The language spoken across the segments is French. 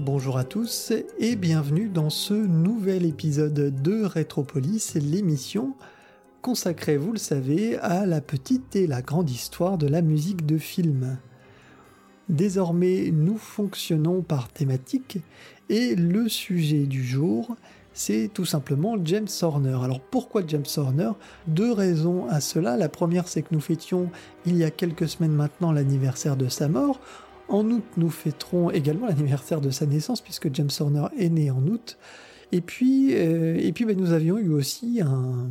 Bonjour à tous et bienvenue dans ce nouvel épisode de Rétropolis, l'émission consacrée, vous le savez, à la petite et la grande histoire de la musique de film. Désormais, nous fonctionnons par thématique et le sujet du jour, c'est tout simplement James Horner. Alors pourquoi James Horner ? Deux raisons à cela. La première, c'est que nous fêtions il y a quelques semaines maintenant l'anniversaire de sa mort. En août, nous fêterons également l'anniversaire de sa naissance, puisque James Horner est né en août. Et puis nous avions eu aussi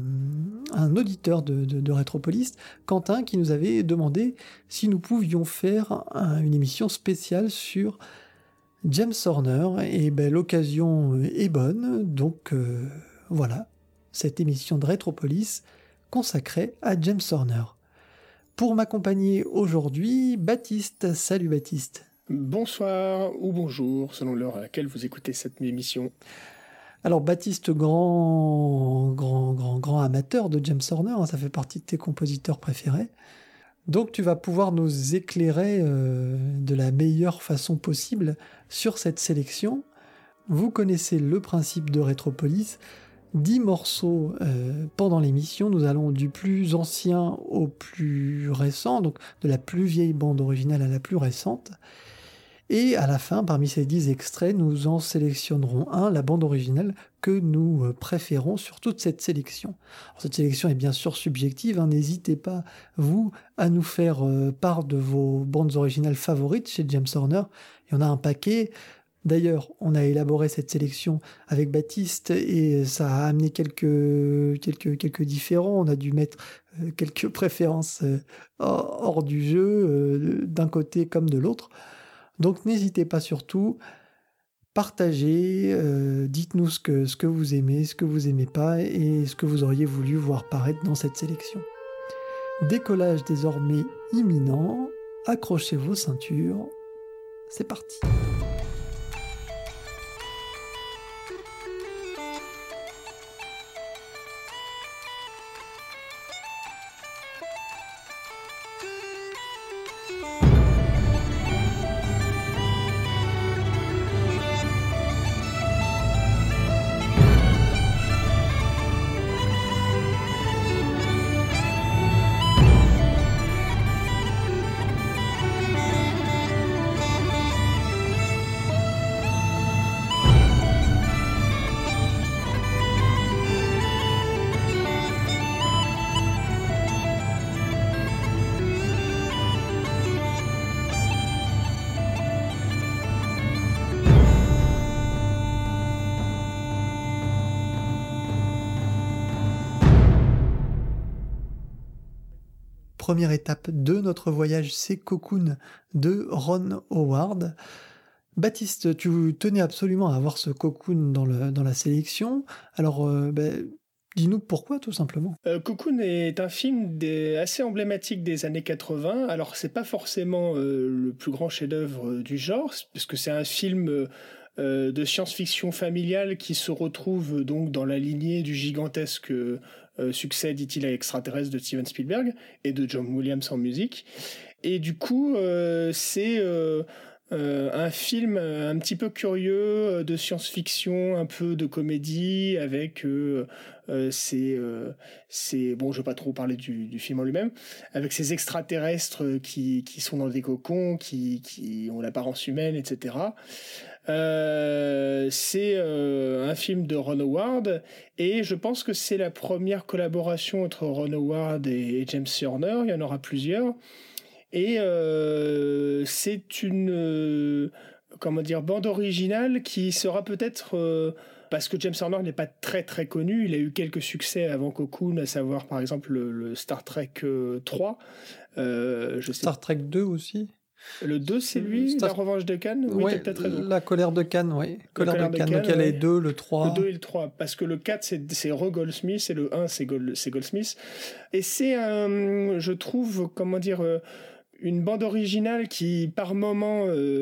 un auditeur de Rétropolis, Quentin, qui nous avait demandé si nous pouvions faire une émission spéciale sur James Horner. Et l'occasion est bonne, donc voilà, cette émission de Rétropolis consacrée à James Horner. Pour m'accompagner aujourd'hui, Baptiste. Salut Baptiste. Bonsoir ou bonjour, selon l'heure à laquelle vous écoutez cette émission. Alors Baptiste, grand amateur de James Horner, ça fait partie de tes compositeurs préférés. Donc tu vas pouvoir nous éclairer de la meilleure façon possible sur cette sélection. Vous connaissez le principe de Rétropolis. 10 morceaux pendant l'émission, nous allons du plus ancien au plus récent, donc de la plus vieille bande originale à la plus récente. Et à la fin, parmi ces 10 extraits, nous en sélectionnerons un, la bande originale, que nous préférons sur toute cette sélection. Alors, cette sélection est bien sûr subjective, n'hésitez pas, vous, à nous faire part de vos bandes originales favorites chez James Horner. Il y en a un paquet. D'ailleurs, on a élaboré cette sélection avec Baptiste et ça a amené quelques différends. On a dû mettre quelques préférences hors du jeu, d'un côté comme de l'autre. Donc n'hésitez pas surtout, partagez, dites-nous ce que vous aimez, ce que vous aimez pas et ce que vous auriez voulu voir paraître dans cette sélection. Décollage désormais imminent, accrochez vos ceintures, c'est parti. Première étape de notre voyage, c'est Cocoon de Ron Howard. Baptiste, tu tenais absolument à avoir ce Cocoon dans la sélection. Alors, dis-nous pourquoi, tout simplement. Cocoon est un film assez emblématique des années 80. Alors, c'est pas forcément le plus grand chef-d'œuvre du genre, parce que c'est un film de science-fiction familiale qui se retrouve donc dans la lignée du gigantesque succès dit-il à extraterrestre de Steven Spielberg et de John Williams en musique. Et du coup, c'est un film un petit peu curieux de science-fiction, un peu de comédie avec bon, je vais pas trop parler du film en lui-même, avec ces extraterrestres qui sont dans des cocons, qui ont l'apparence humaine, etc. C'est un film de Ron Howard et je pense que c'est la première collaboration entre Ron Howard et James Horner. Il y en aura plusieurs et c'est une bande originale qui sera peut-être parce que James Horner n'est pas très très connu. Il a eu quelques succès avant Cocoon, à savoir par exemple le Star Trek 3. Star Trek 2 aussi. Le 2, c'est lui, La Revanche de Khan. Oui, ouais, t'as peut-être raison. La colère de Khan, oui. Colère de Khan, donc il y a les 2, le 3. Le 2 et le 3, parce que le 4, c'est Roy Goldsmith, et le 1, c'est Goldsmith. Et c'est, je trouve, une bande originale qui, par moment,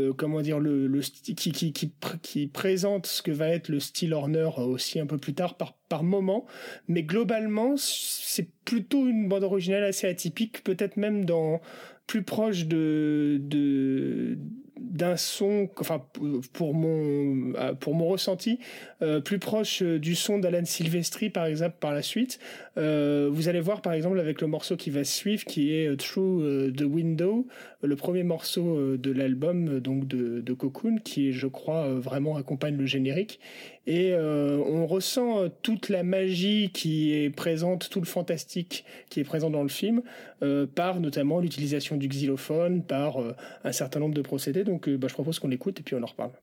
qui présente ce que va être le style Horner aussi un peu plus tard, par moment. Mais globalement, c'est plutôt une bande originale assez atypique, peut-être même plus proche de d'un son, enfin pour mon ressenti, plus proche du son d'Alan Silvestri par exemple par la suite. Vous allez voir par exemple avec le morceau qui va suivre, qui est Through the Window, le premier morceau de l'album donc de Cocoon, qui je crois vraiment accompagne le générique. Et on ressent toute la magie qui est présente, tout le fantastique qui est présent dans le film, par notamment l'utilisation du xylophone, par un certain nombre de procédés. Donc je propose qu'on l'écoute et puis on en reparle.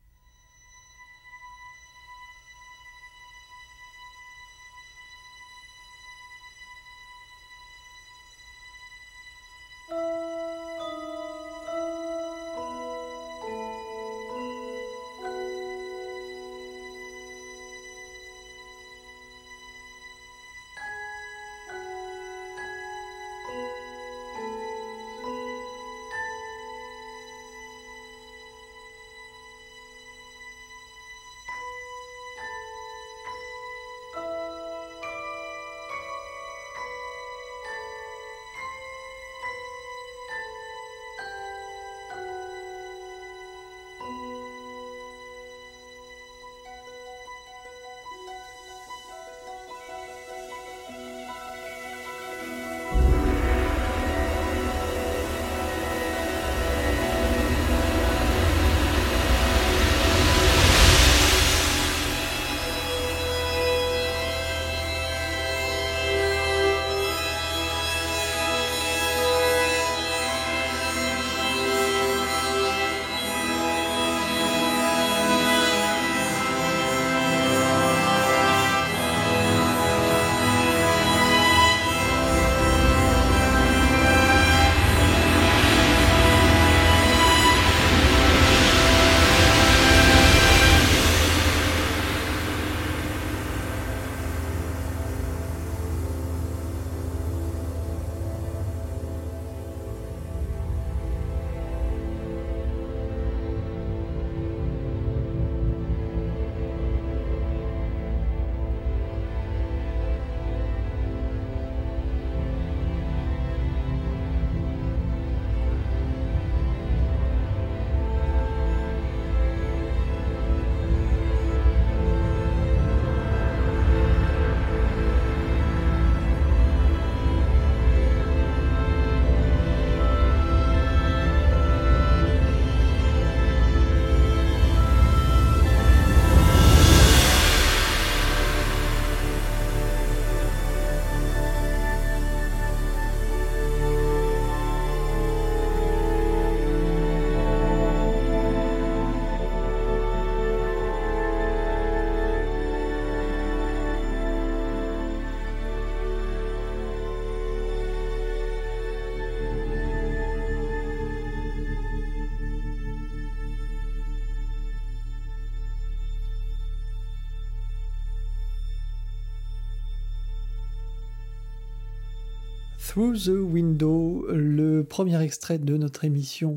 Through the Window, le premier extrait de notre émission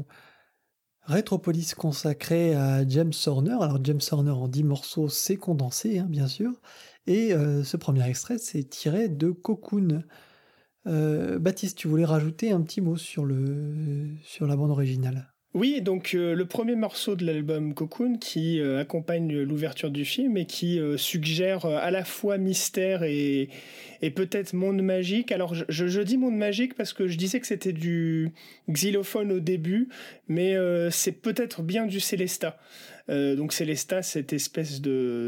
Rétropolis consacrée à James Horner. Alors James Horner en 10 morceaux, c'est condensé, hein, bien sûr. Et ce premier extrait, c'est tiré de Cocoon. Baptiste, tu voulais rajouter un petit mot sur la bande originale? Oui, donc le premier morceau de l'album Cocoon qui accompagne l'ouverture du film et qui suggère à la fois mystère et peut-être monde magique. Alors je dis monde magique parce que je disais que c'était du xylophone au début, mais c'est peut-être bien du Célesta. Donc Célesta, cette espèce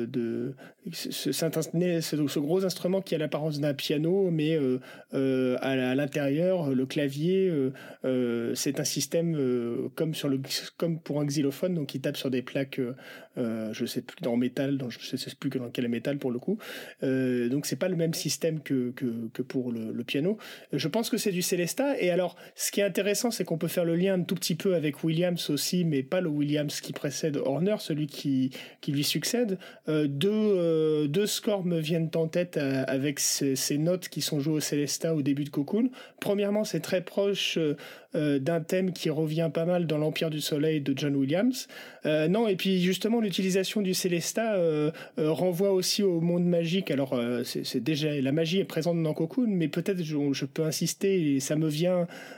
ce gros instrument qui a l'apparence d'un piano, mais à l'intérieur, le clavier, c'est un système comme pour un xylophone, donc qui tape sur des plaques, je sais plus dans métal, je sais plus dans quel métal pour le coup. Donc c'est pas le même système que pour le piano. Je pense que c'est du Célesta. Et alors, ce qui est intéressant, c'est qu'on peut faire le lien un tout petit peu avec Williams aussi, mais pas le Williams qui précède Horner, celui qui lui succède. Deux scores me viennent en tête avec ces notes qui sont jouées au Célesta au début de Cocoon. Premièrement, c'est très proche d'un thème qui revient pas mal dans l'Empire du Soleil de John Williams. Et puis justement, l'utilisation du Célesta renvoie aussi au monde magique. Alors, c'est déjà, la magie est présente dans Cocoon, mais peut-être je peux insister, et ça me vient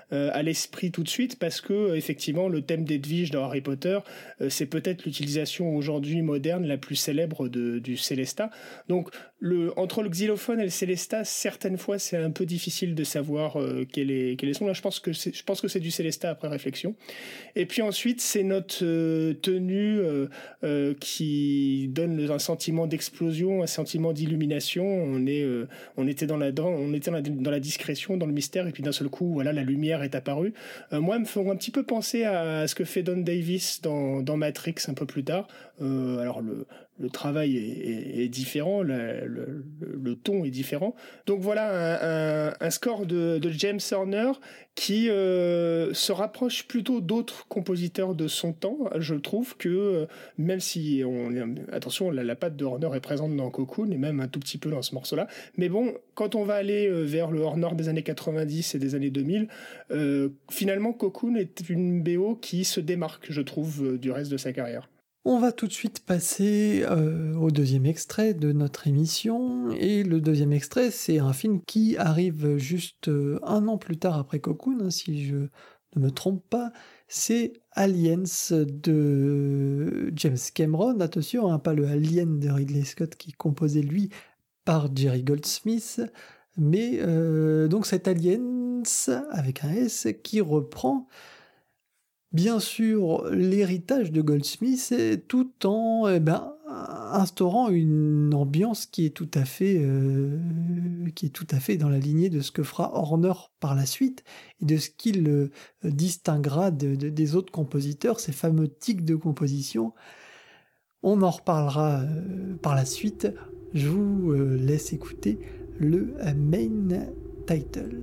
à l'esprit tout de suite parce que effectivement le thème d'Edwige dans Harry Potter, c'est peut-être l'utilisation aujourd'hui moderne la plus célèbre du Célestat. Donc entre le xylophone et le Célestat, certaines fois c'est un peu difficile de savoir quel est son. Là, je pense que c'est du Célestat après réflexion. Et puis ensuite, c'est notre tenue qui donne un sentiment d'explosion, un sentiment d'illumination. On était dans la discrétion, dans le mystère, et puis d'un seul coup, voilà, la lumière est apparue. Moi, me font un petit peu penser à ce que fait Don Davis dans Matrix un peu plus tard. Alors le travail est différent, le ton est différent. Donc voilà un score de James Horner qui se rapproche plutôt d'autres compositeurs de son temps. Je trouve que même si attention, la patte de Horner est présente dans Cocoon et même un tout petit peu dans ce morceau-là, mais bon, quand on va aller vers le Horner des années 90 et des années 2000, finalement Cocoon est une BO qui se démarque, je trouve, du reste de sa carrière. On va tout de suite passer au deuxième extrait de notre émission. Et le deuxième extrait, c'est un film qui arrive juste un an plus tard après Cocoon, hein, si je ne me trompe pas. C'est Aliens de James Cameron. Attention, hein, pas le Alien de Ridley Scott qui est composé, lui, par Jerry Goldsmith. Mais donc cet Aliens, avec un S, qui reprend bien sûr l'héritage de Goldsmith, tout en instaurant une ambiance qui est tout à fait dans la lignée de ce que fera Horner par la suite et de ce qu'il distinguera des autres compositeurs, ces fameux tics de composition. On en reparlera par la suite. Je vous laisse écouter le main title.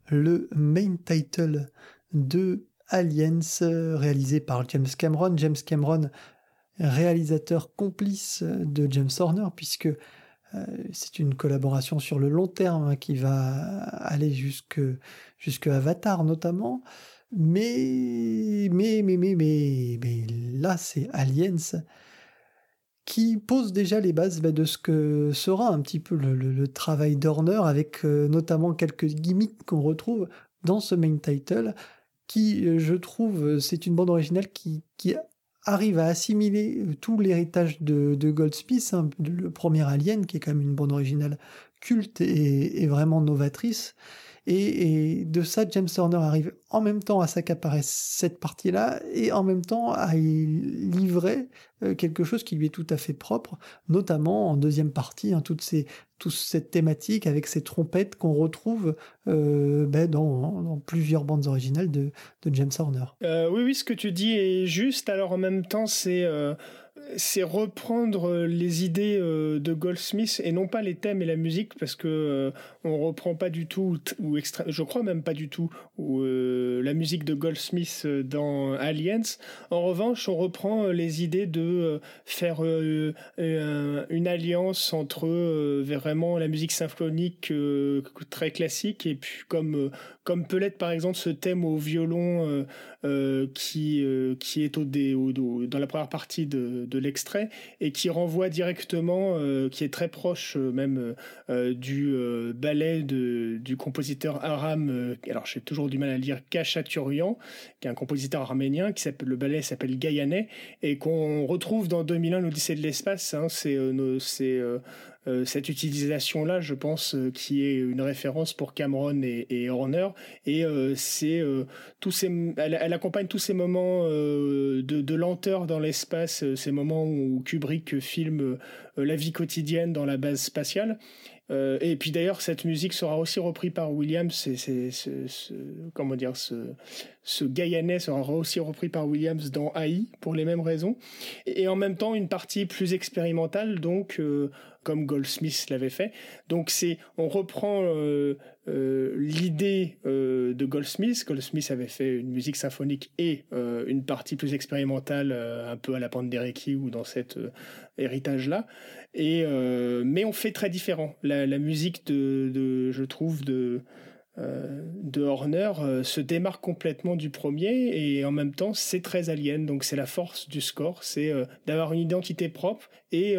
le main title de Aliens, réalisé par James Cameron. James Cameron, réalisateur complice de James Horner, puisque c'est une collaboration sur le long terme qui va aller jusque Avatar notamment. Mais là, c'est Aliens qui pose déjà les bases de ce que sera un petit peu le travail d'Horner, avec notamment quelques gimmicks qu'on retrouve dans ce main title, qui, je trouve, c'est une bande originale qui arrive à assimiler tout l'héritage de Goldsmith, hein, le premier Alien, qui est quand même une bande originale culte et vraiment novatrice. Et de ça, James Horner arrive en même temps à s'accaparer cette partie-là et en même temps à y livrer quelque chose qui lui est tout à fait propre, notamment en deuxième partie, hein, toute cette thématique avec ces trompettes qu'on retrouve dans plusieurs bandes originales de James Horner. Oui, ce que tu dis est juste. Alors en même temps, c'est reprendre les idées de Goldsmith et non pas les thèmes et la musique, parce que on reprend pas du tout je crois même pas du tout la musique de Goldsmith dans Aliens. En revanche, on reprend les idées de faire une alliance entre vraiment la musique symphonique très classique, et puis comme peut l'être par exemple ce thème au violon qui est dans la première partie de l'extrait, et qui renvoie directement, qui est très proche même du ballet du compositeur Aram, alors j'ai toujours du mal à le dire, Khachaturian, qui est un compositeur arménien, le ballet s'appelle Gaïané, et qu'on retrouve dans 2001 l'Odyssée de l'espace, hein. Cette utilisation-là, je pense, qui est une référence pour Cameron et Horner, et elle accompagne tous ces moments de lenteur dans l'espace, ces moments où Kubrick filme la vie quotidienne dans la base spatiale. Et puis d'ailleurs, cette musique sera aussi reprise par Williams. Ce Gaïanais sera aussi repris par Williams dans AI pour les mêmes raisons. Et en même temps, une partie plus expérimentale, donc comme Goldsmith l'avait fait. Donc on reprend l'idée de Goldsmith. Goldsmith avait fait une musique symphonique et une partie plus expérimentale, un peu à la Penderecki ou dans cet héritage-là. Mais on fait très différent. La musique je trouve, de Horner se démarque complètement du premier, et en même temps c'est très Alien. Donc c'est la force du score, c'est d'avoir une identité propre et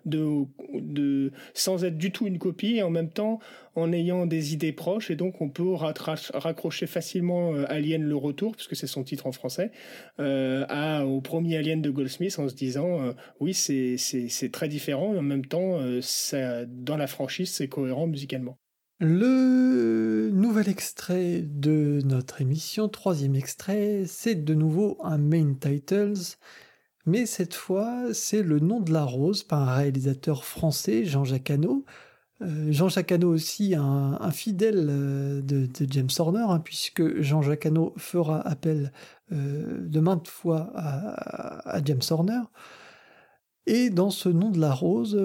sans être du tout une copie, et en même temps en ayant des idées proches. Et donc on peut raccrocher facilement Alien le retour, puisque c'est son titre en français, au premier Alien de Goldsmith, en se disant oui, c'est très différent, et en même temps dans la franchise c'est cohérent musicalement. Le nouvel extrait de notre émission, troisième extrait, c'est de nouveau un main titles, mais cette fois c'est Le Nom de la Rose, par un réalisateur français, Jean-Jacques Hano. Jean-Jacques Hano aussi, un fidèle de James Horner, hein, puisque Jean-Jacques Hano fera appel de maintes fois à James Horner. Et dans Ce Nom de la Rose,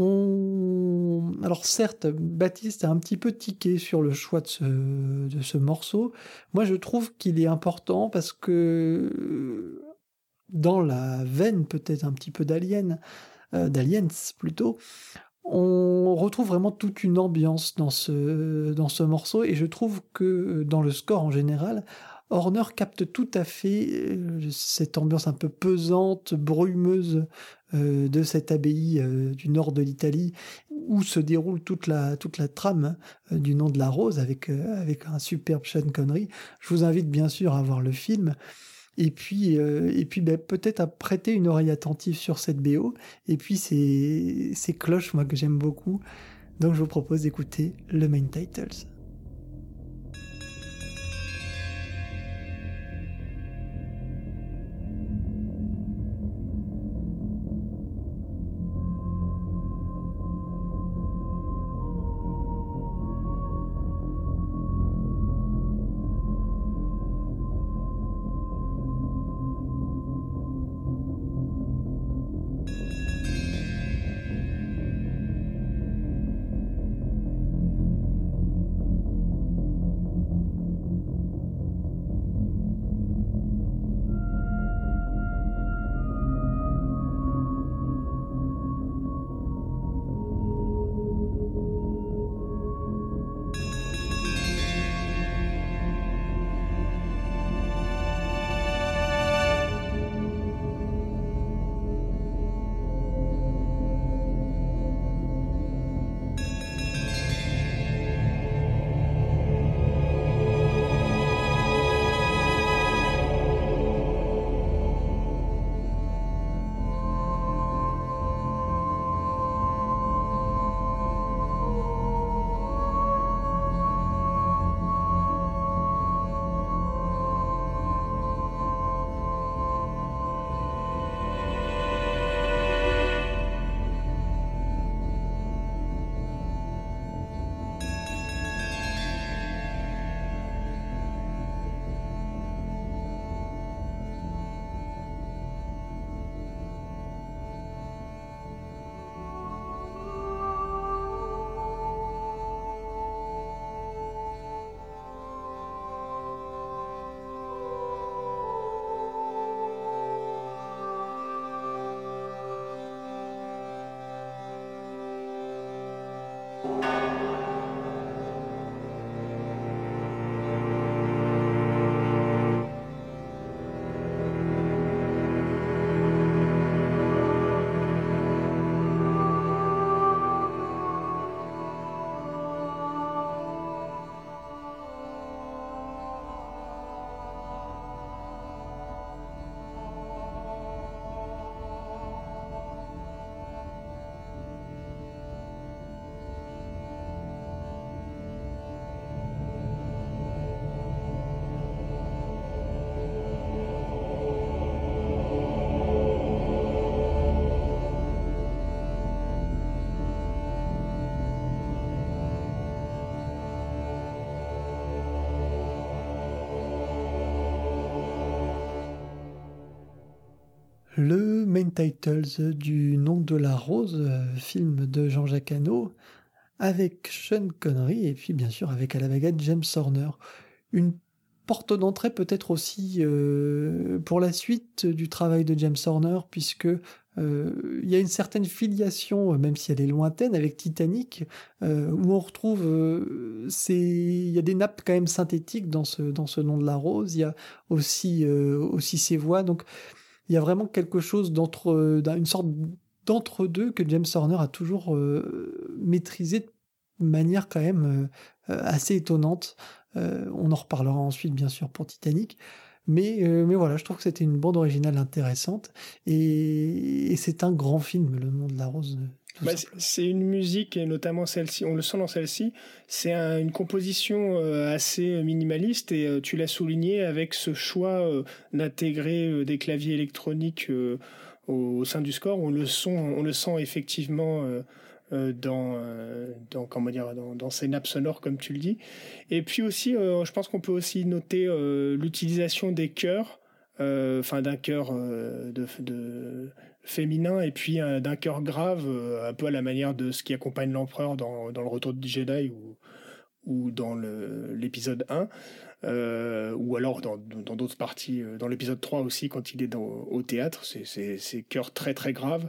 alors certes, Baptiste a un petit peu tiqué sur le choix de ce morceau. Moi, je trouve qu'il est important parce que dans la veine peut-être un petit peu d'Aliens plutôt, on retrouve vraiment toute une ambiance dans ce morceau, et je trouve que dans le score en général, Horner capte tout à fait cette ambiance un peu pesante, brumeuse de cette abbaye du nord de l'Italie, où se déroule toute la trame du Nom de la Rose, avec un superbe Sean Connery. Je vous invite bien sûr à voir le film. Et puis peut-être à prêter une oreille attentive sur cette BO, et puis ces cloches, moi, que j'aime beaucoup. Donc je vous propose d'écouter le main titles. Le main titles du Nom de la Rose, film de Jean-Jacques Hano, avec Sean Connery et puis bien sûr avec à la baguette James Horner. Une porte d'entrée peut-être aussi pour la suite du travail de James Horner, puisque il y a une certaine filiation, même si elle est lointaine, avec Titanic, où on retrouve, il y a des nappes quand même synthétiques dans ce Nom de la Rose. Il y a aussi ses voix, donc il y a vraiment quelque chose une sorte d'entre-deux que James Horner a toujours maîtrisé de manière quand même assez étonnante. On en reparlera ensuite, bien sûr, pour Titanic. Mais voilà, je trouve que c'était une bande originale intéressante. Et c'est un grand film, Le Nom de la Rose. C'est une musique, et notamment celle-ci, on le sent dans celle-ci, c'est une composition assez minimaliste, et tu l'as souligné avec ce choix d'intégrer des claviers électroniques au sein du score. On le sent effectivement dans ces nappes sonores, comme tu le dis. Et puis aussi, je pense qu'on peut aussi noter l'utilisation des chœurs, d'un chœur de féminin, et puis d'un chœur grave, un peu à la manière de ce qui accompagne l'empereur dans le Retour du Jedi, ou dans l'épisode 1, ou alors dans d'autres parties, dans l'épisode 3 aussi, quand il est au théâtre, c'est chœurs très très graves.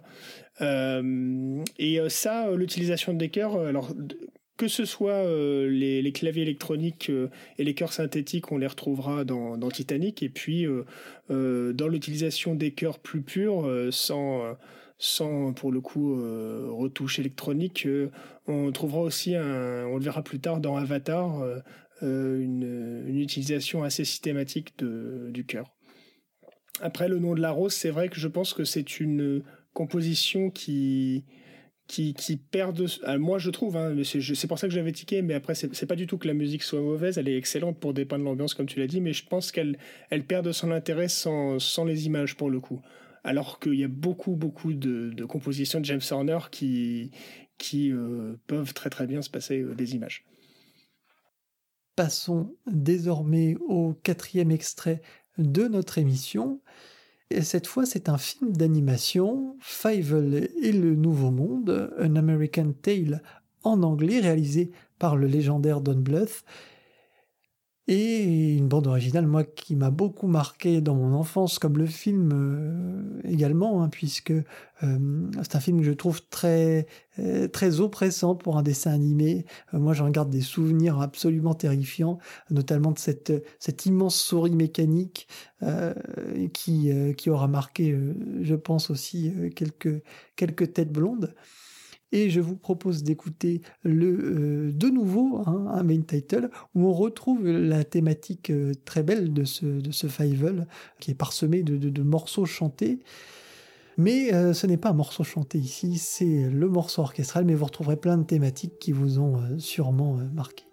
L'utilisation des chœurs, alors que ce soit les claviers électroniques et les chœurs synthétiques, on les retrouvera dans Titanic, et puis dans l'utilisation des chœurs plus purs, sans pour le coup retouche électronique, on trouvera aussi, on le verra plus tard dans Avatar, une utilisation assez systématique du chœur. Après, Le Nom de la Rose, c'est vrai que je pense que c'est une composition qui perd de... moi je trouve, mais c'est pour ça que j'avais tiqué, mais après c'est pas du tout que la musique soit mauvaise, elle est excellente pour dépeindre l'ambiance comme tu l'as dit, mais je pense qu'elle perd de son intérêt sans les images pour le coup, alors qu'il y a beaucoup de compositions de James Horner qui peuvent très très bien se passer des images. Passons désormais au 4e extrait de notre émission. Et cette fois, c'est un film d'animation, Fievel et le Nouveau Monde, An American Tale en anglais, réalisé par le légendaire Don Bluth. Et une bande originale, moi, qui m'a beaucoup marqué dans mon enfance, comme le film également, puisque c'est un film que je trouve très, très oppressant pour un dessin animé. Moi, j'en garde des souvenirs absolument terrifiants, notamment de cette immense souris mécanique qui aura marqué, je pense aussi, quelques têtes blondes. Et je vous propose d'écouter de nouveau un main title où on retrouve la thématique très belle de ce Fievel, qui est parsemé de morceaux chantés. Mais ce n'est pas un morceau chanté ici, c'est le morceau orchestral, mais vous retrouverez plein de thématiques qui vous ont sûrement marqué.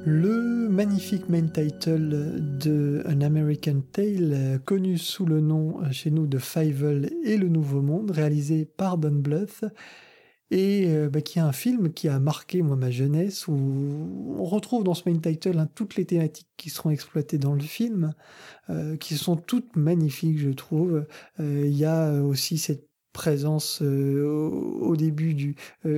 Le magnifique main title de An American Tale, connu sous le nom chez nous de Fievel et le Nouveau Monde, réalisé par Don Bluth, et qui est un film qui a marqué moi ma jeunesse, où on retrouve dans ce main title toutes les thématiques qui seront exploitées dans le film, qui sont toutes magnifiques, je trouve. Il y a aussi cette présence au début du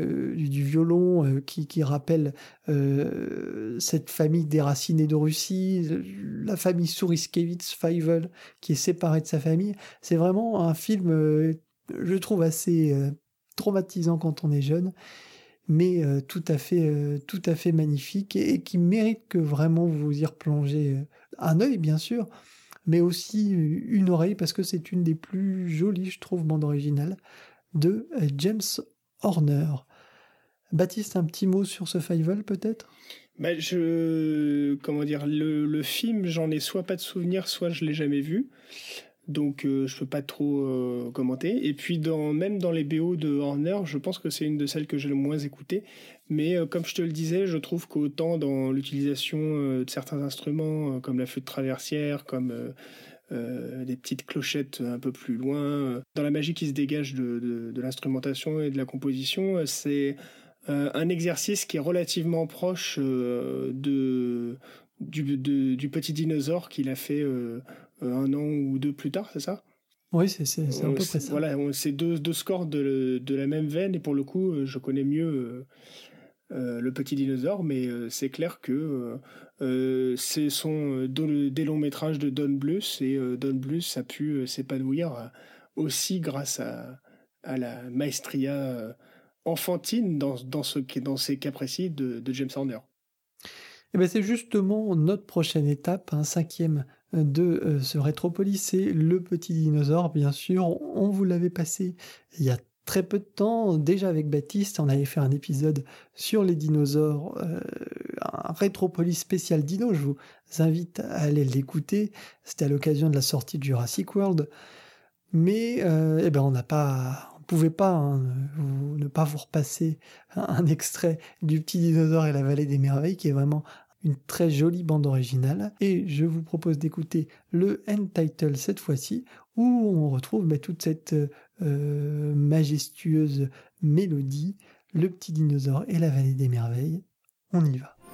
violon qui rappelle cette famille déracinée de Russie, la famille Souriskevitz, Fievel, qui est séparée de sa famille. C'est vraiment un film, je trouve, assez traumatisant quand on est jeune, mais tout à fait magnifique et qui mérite que vraiment vous y replongez un œil, bien sûr, mais aussi une oreille, parce que c'est une des plus jolies, je trouve, bandes originales de James Horner. Baptiste, un petit mot sur ce Fievel, peut-être? Comment dire, le film, j'en ai soit pas de souvenir, soit je l'ai jamais vu. Donc je peux pas trop commenter. Et puis même dans les BO de Horner, je pense que c'est une de celles que j'ai le moins écoutées. Mais comme je te le disais, je trouve qu'autant dans l'utilisation de certains instruments, comme la flûte traversière, comme des petites clochettes un peu plus loin, dans la magie qui se dégage de l'instrumentation et de la composition, c'est un exercice qui est relativement proche du Petit Dinosaure qu'il a fait un an ou deux plus tard, c'est ça? Oui, c'est à peu près ça. Voilà, c'est deux scores de la même veine, et pour le coup, je connais mieux le Petit Dinosaure, mais c'est clair que ce sont des longs métrages de Don Bluth, et Don Bluth a pu s'épanouir aussi grâce à la maestria enfantine dans ces cas précis de James Horner. Et ben c'est justement notre prochaine étape, un cinquième de ce Rétropolis, c'est le Petit Dinosaure, bien sûr. On vous l'avait passé il y a très peu de temps, déjà avec Baptiste, on avait fait un épisode sur les dinosaures, un Rétropolis spécial dino, je vous invite à aller l'écouter, c'était à l'occasion de la sortie de Jurassic World, mais on pouvait pas ne pas vous repasser un extrait du Petit Dinosaure et la Vallée des Merveilles, qui est vraiment une très jolie bande originale. Et je vous propose d'écouter le end title cette fois-ci, où on retrouve toute cette majestueuse mélodie, le Petit Dinosaure et la Vallée des Merveilles. On y va.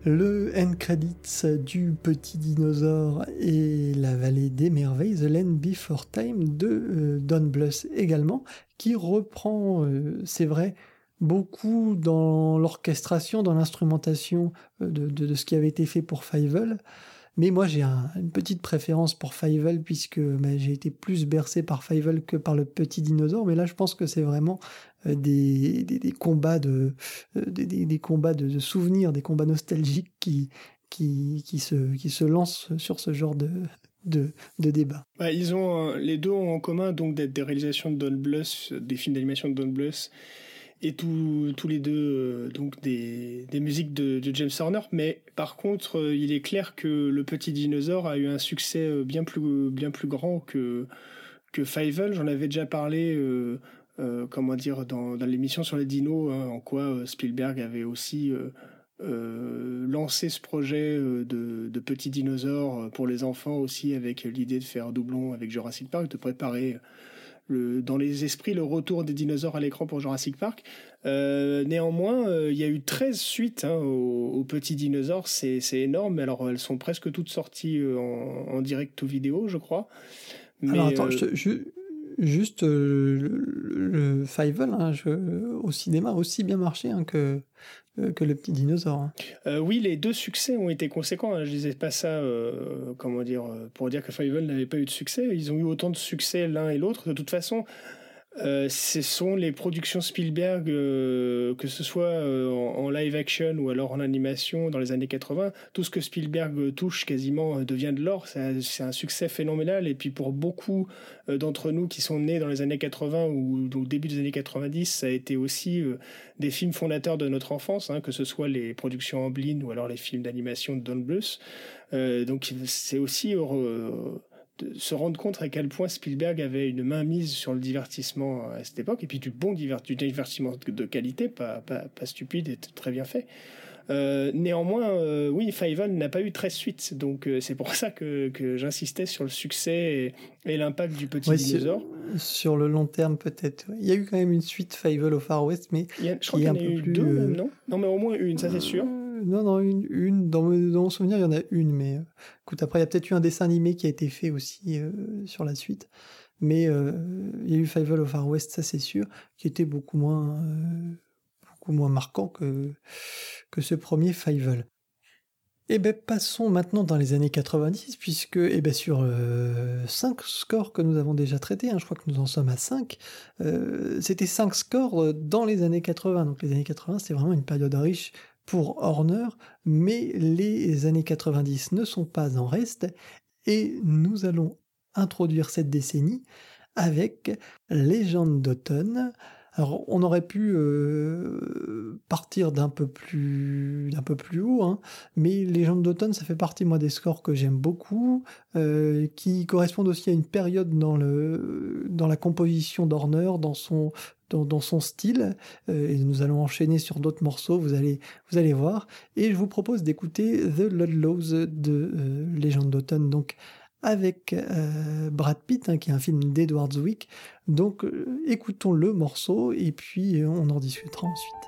Le end credits du Petit Dinosaure et la Vallée des Merveilles, The Land Before Time de Don Bluth également, qui reprend, c'est vrai, beaucoup dans l'orchestration, dans l'instrumentation de ce qui avait été fait pour Fievel. Mais moi, j'ai une petite préférence pour Fievel, puisque j'ai été plus bercé par Fievel que par le Petit Dinosaure. Mais là, je pense que c'est vraiment des combats des combats de souvenirs, des combats nostalgiques qui se lancent sur ce genre de débat. Ils ont les deux ont en commun donc d'être des réalisations de Don Bluth, des films d'animation de Don Bluth, et tous les deux donc des musiques de James Horner. Mais par contre, il est clair que le Petit Dinosaure a eu un succès bien plus grand que Fievel. J'en avais déjà parlé. Comment dire, dans l'émission sur les dinos, en quoi Spielberg avait aussi lancé ce projet de petits dinosaures pour les enfants aussi, avec l'idée de faire doublon avec Jurassic Park, de préparer dans les esprits le retour des dinosaures à l'écran pour Jurassic Park. Néanmoins, il y a eu 13 suites aux petits dinosaures, c'est énorme. Alors elles sont presque toutes sorties en direct ou vidéo, je crois. Mais, alors attends, juste le Fievel au cinéma a aussi bien marché que le Petit Dinosaure. Oui, les deux succès ont été conséquents. Je disais pas ça, comment dire, pour dire que Fievel n'avait pas eu de succès. Ils ont eu autant de succès l'un et l'autre. De toute façon, ce sont les productions Spielberg, que ce soit en live action ou alors en animation dans les années 80, tout ce que Spielberg touche quasiment devient de l'or. C'est un succès phénoménal. Et puis pour beaucoup d'entre nous qui sont nés dans les années 80 ou au début des années 90, ça a été aussi des films fondateurs de notre enfance, que ce soit les productions Amblin ou alors les films d'animation de Don Bluth. Donc c'est aussi de se rendre compte à quel point Spielberg avait une main mise sur le divertissement à cette époque, et puis du divertissement de qualité, pas stupide et très bien fait. Néanmoins, oui, Fievel n'a pas eu 13 suites, donc c'est pour ça que j'insistais sur le succès et l'impact du Petit Dinosaure. Sur le long terme, peut-être. Il y a eu quand même une suite Fievel au Far West, mais je crois qu'il y en a eu deux, même, non ? Non, mais au moins une, ça c'est sûr. Non, une. Dans mon souvenir, il y en a une, mais écoute, après, il y a peut-être eu un dessin animé qui a été fait aussi sur la suite. Mais il y a eu Fievel au Far West, ça c'est sûr, qui était beaucoup moins marquant que ce premier Fievel. Et ben passons maintenant dans les années 90, puisque sur 5 scores que nous avons déjà traités, je crois que nous en sommes à 5, c'était 5 scores dans les années 80. Donc les années 80, c'était vraiment une période riche pour Horner, mais les années 90 ne sont pas en reste, et nous allons introduire cette décennie avec Légende d'automne. Alors, on aurait pu partir d'un peu plus haut, mais Légende d'automne, ça fait partie, moi, des scores que j'aime beaucoup, qui correspondent aussi à une période dans la composition d'Horner, dans son style, et nous allons enchaîner sur d'autres morceaux, vous allez voir, et je vous propose d'écouter The Ludlows de Légende d'automne, donc avec Brad Pitt, qui est un film d'Edward Zwick. Donc écoutons le morceau et puis on en discutera ensuite.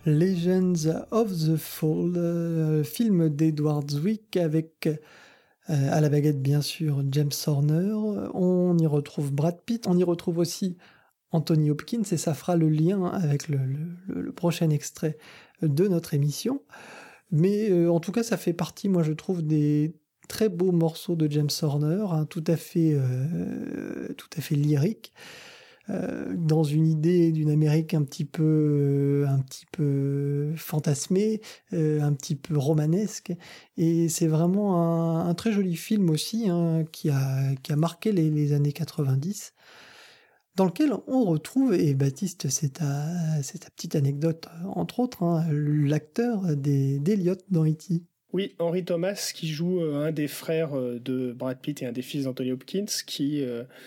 Legends of the Fall, film d'Edward Zwick avec à la baguette bien sûr James Horner. On y retrouve Brad Pitt, on y retrouve aussi Anthony Hopkins et ça fera le lien avec le prochain extrait de notre émission. Mais en tout cas, ça fait partie, moi je trouve, des très beaux morceaux de James Horner, hein, tout à fait lyrique, dans une idée d'une Amérique un petit peu fantasmée, un petit peu romanesque. Et c'est vraiment un très joli film aussi, hein, qui a marqué les années 90. Dans lequel on retrouve, et Baptiste, c'est ta petite anecdote, entre autres, hein, l'acteur d'Eliot dans E.T. Oui, Henry Thomas, qui joue un des frères de Brad Pitt et un des fils d'Anthony Hopkins, qui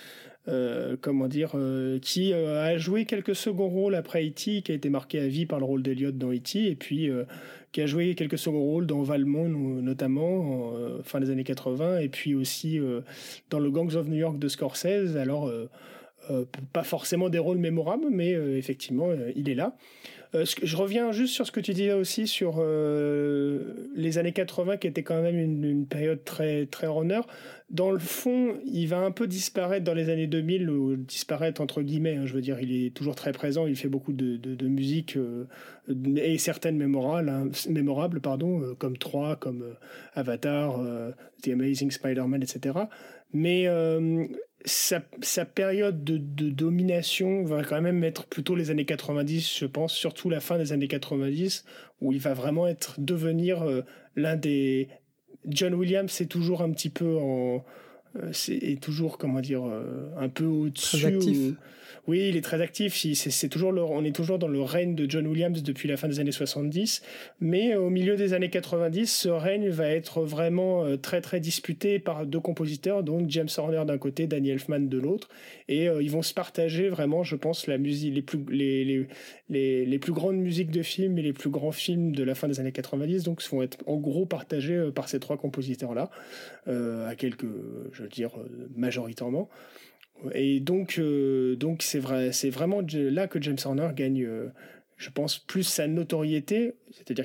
a joué quelques seconds rôles après E.T., qui a été marqué à vie par le rôle d'Eliot dans E.T., et puis qui a joué quelques seconds rôles dans Valmont, notamment, fin des années 80, et puis aussi dans le Gangs of New York de Scorsese. Alors, pas forcément des rôles mémorables, mais effectivement, il est là. Je reviens juste sur ce que tu disais aussi sur les années 80, qui était quand même une période très, très Horner. Dans le fond, il va un peu disparaître dans les années 2000, ou disparaître entre guillemets, hein, je veux dire, il est toujours très présent, il fait beaucoup de musique, et certaines mémorables, comme 3, comme Avatar, The Amazing Spider-Man, etc. Mais sa période de domination va quand même être plutôt les années 90, je pense, surtout la fin des années 90, où il va vraiment devenir l'un des... John Williams est toujours un petit peu est toujours, comment dire, un peu au-dessus. Très actif. Oui, il est très actif. C'est toujours on est toujours dans le règne de John Williams depuis la fin des années 70. Mais au milieu des années 90, ce règne va être vraiment très, très disputé par deux compositeurs, donc James Horner d'un côté, Danny Elfman de l'autre. Et ils vont se partager vraiment, je pense, la musique, les plus grandes musiques de films et les plus grands films de la fin des années 90. Donc, vont être en gros partagés par ces trois compositeurs-là, à quelques, je veux dire, majoritairement. Et donc c'est vrai, c'est vraiment là que James Horner gagne, je pense, plus sa notoriété, c'est-à-dire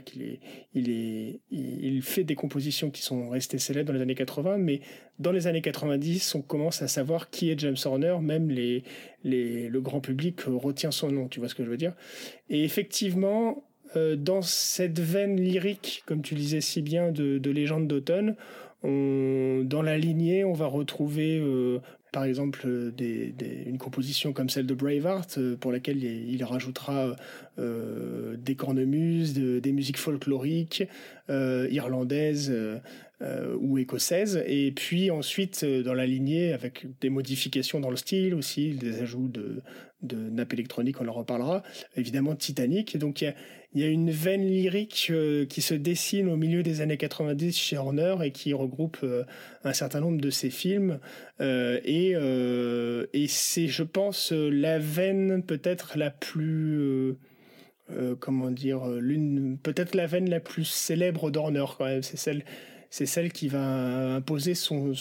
il fait des compositions qui sont restées célèbres dans les années 80, mais dans les années 90, on commence à savoir qui est James Horner, même le grand public retient son nom, tu vois ce que je veux dire. Et effectivement, dans cette veine lyrique, comme tu disais si bien, de Légende d'automne, dans la lignée, on va retrouver par exemple une composition comme celle de Braveheart, pour laquelle il rajoutera des cornemuses, des musiques folkloriques, irlandaises ou écossaises, et puis ensuite dans la lignée avec des modifications dans le style aussi, des ajouts de nappes électroniques, on en reparlera, évidemment Titanic. Donc il y a une veine lyrique qui se dessine au milieu des années 90 chez Horner et qui regroupe un certain nombre de ses films, et c'est, je pense, la veine peut-être la plus comment dire, peut-être la veine la plus célèbre d'Horner quand même. C'est celle qui va imposer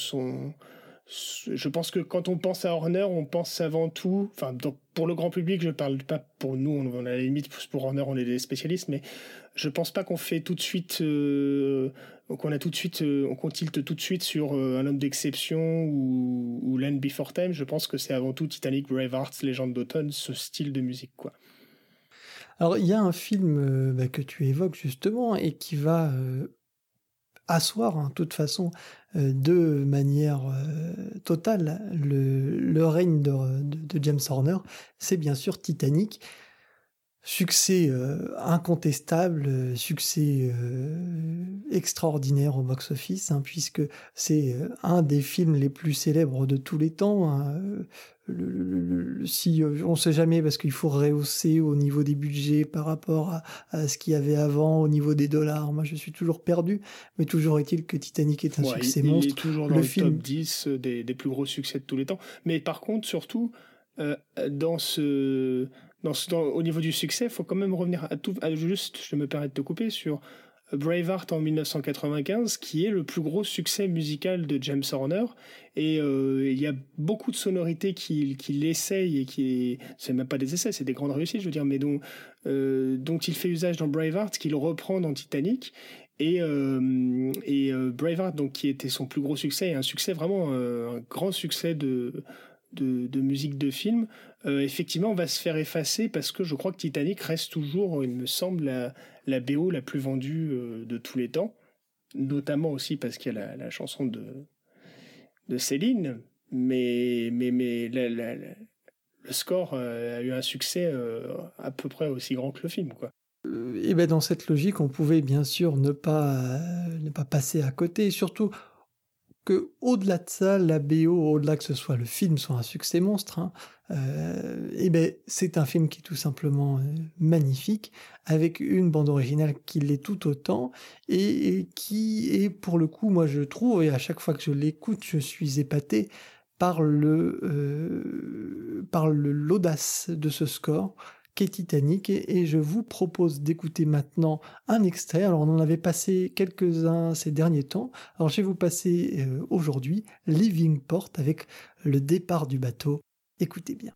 je pense que quand on pense à Horner, on pense avant tout, enfin, pour le grand public, je parle pas pour nous, on a la limite, pour Horner, on est des spécialistes, mais je pense pas qu'on fait tout de suite, qu'on tilte tout de suite sur Un homme d'exception ou Land Before Time. Je pense que c'est avant tout Titanic, Braveheart, Légende d'automne, ce style de musique, quoi. Alors, il y a un film que tu évoques justement et qui va asseoir, hein, de toute façon, de manière totale, le règne de James Horner, c'est bien sûr Titanic. Succès incontestable, succès extraordinaire au box-office, hein, puisque c'est un des films les plus célèbres de tous les temps, hein. Si on ne sait jamais, parce qu'il faut rehausser au niveau des budgets par rapport à ce qu'il y avait avant, au niveau des dollars. Moi, je suis toujours perdu, mais toujours est-il que Titanic est un succès monstre. Il est toujours dans le top 10 des plus gros succès de tous les temps. Mais par contre, surtout, au niveau du succès, il faut quand même revenir juste, je me permets de te couper, sur Braveheart en 1995, qui est le plus gros succès musical de James Horner. Et il y a beaucoup de sonorités qu'il essaye et c'est même pas des essais, c'est des grandes réussites, je veux dire, mais dont il fait usage dans Braveheart, qu'il reprend dans Titanic. Et Braveheart, donc, qui était son plus gros succès, et un succès vraiment, un grand succès de musique de film, effectivement, va se faire effacer parce que je crois que Titanic reste toujours, il me semble, la BO la plus vendue de tous les temps, notamment aussi parce qu'il y a la chanson de Céline, mais le score a eu un succès à peu près aussi grand que le film, quoi. Et ben dans cette logique, on pouvait bien sûr ne pas passer à côté, surtout que au-delà de ça, la BO, au-delà que ce soit le film soit un succès monstre, hein, et ben c'est un film qui est tout simplement magnifique, avec une bande originale qui l'est tout autant, et qui est pour le coup, moi je trouve, et à chaque fois que je l'écoute, je suis épaté par l'audace de ce score qu'est Titanic, et je vous propose d'écouter maintenant un extrait. Alors on en avait passé quelques-uns ces derniers temps, alors je vais vous passer aujourd'hui Leaving Port avec le départ du bateau. Écoutez bien.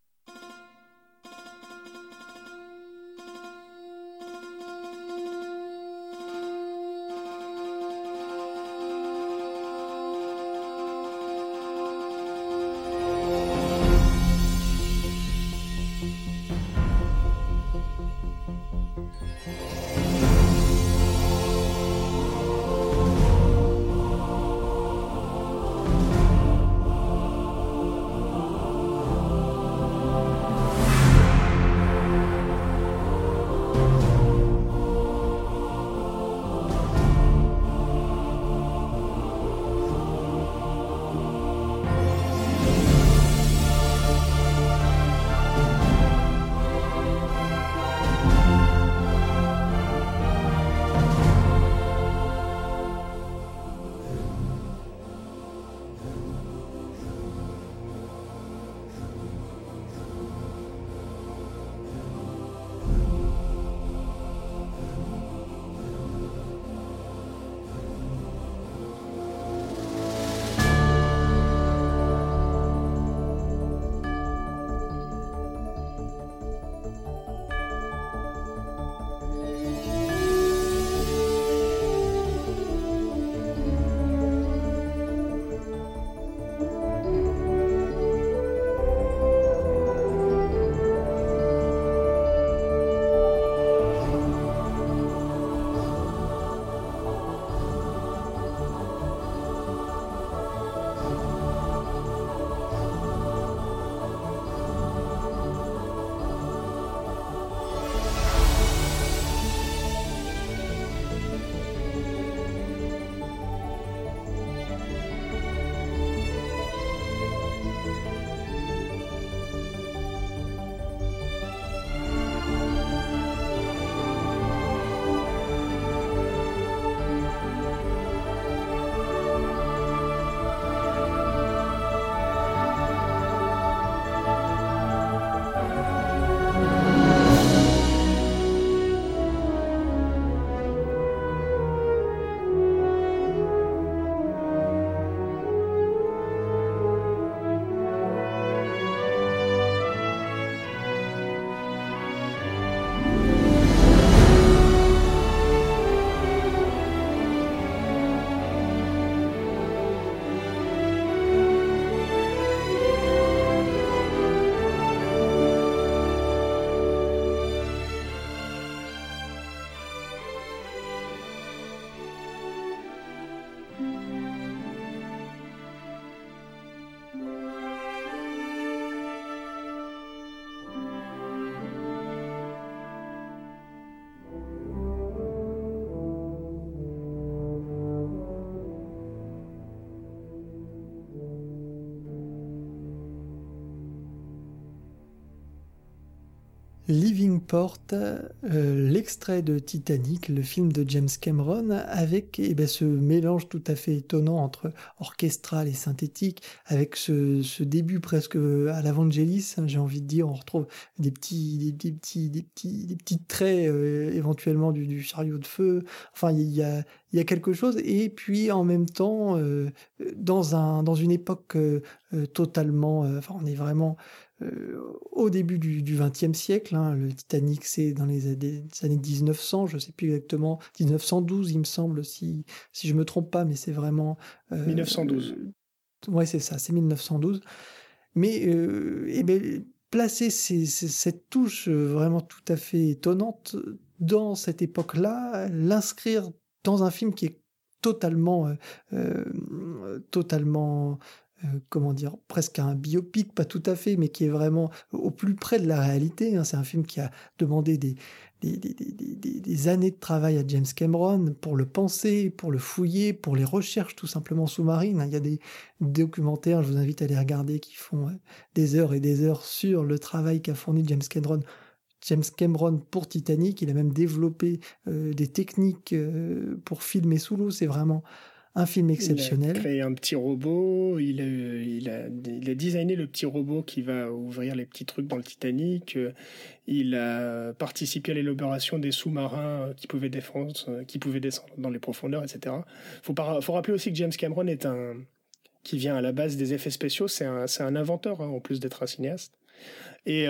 Livingport, l'extrait de Titanic, le film de James Cameron, avec ce mélange tout à fait étonnant entre orchestral et synthétique, avec ce début presque à la Vangelis, hein, j'ai envie de dire, on retrouve des petits traits éventuellement du chariot de feu. Enfin, il y a quelque chose, et puis en même temps, dans une époque totalement, on est vraiment au début du XXe siècle, hein. Le Titanic, c'est dans les années 1900, je ne sais plus exactement, 1912, il me semble, si je me trompe pas, mais c'est vraiment... 1912. Ouais, c'est ça, c'est 1912. Mais placer cette touche vraiment tout à fait étonnante dans cette époque-là, l'inscrire dans un film qui est totalement, totalement, comment dire, presque un biopic, pas tout à fait, mais qui est vraiment au plus près de la réalité, hein. C'est un film qui a demandé des années de travail à James Cameron pour le penser, pour le fouiller, pour les recherches tout simplement sous-marines, hein. Il y a des documentaires, je vous invite à les regarder, qui font des heures et des heures sur le travail qu'a fourni James Cameron pour Titanic. Il a même développé des techniques pour filmer sous l'eau. C'est vraiment un film exceptionnel. Il a créé un petit robot, il a designé le petit robot qui va ouvrir les petits trucs dans le Titanic. Il a participé à l'élaboration des sous-marins qui pouvaient descendre dans les profondeurs, etc. Faut rappeler aussi que James Cameron qui vient à la base des effets spéciaux, c'est un inventeur, hein, en plus d'être un cinéaste. Et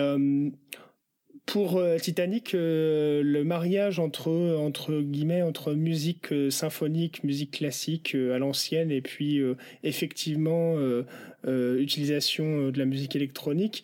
pour Titanic, le mariage entre guillemets entre musique symphonique, musique classique à l'ancienne, et puis effectivement utilisation de la musique électronique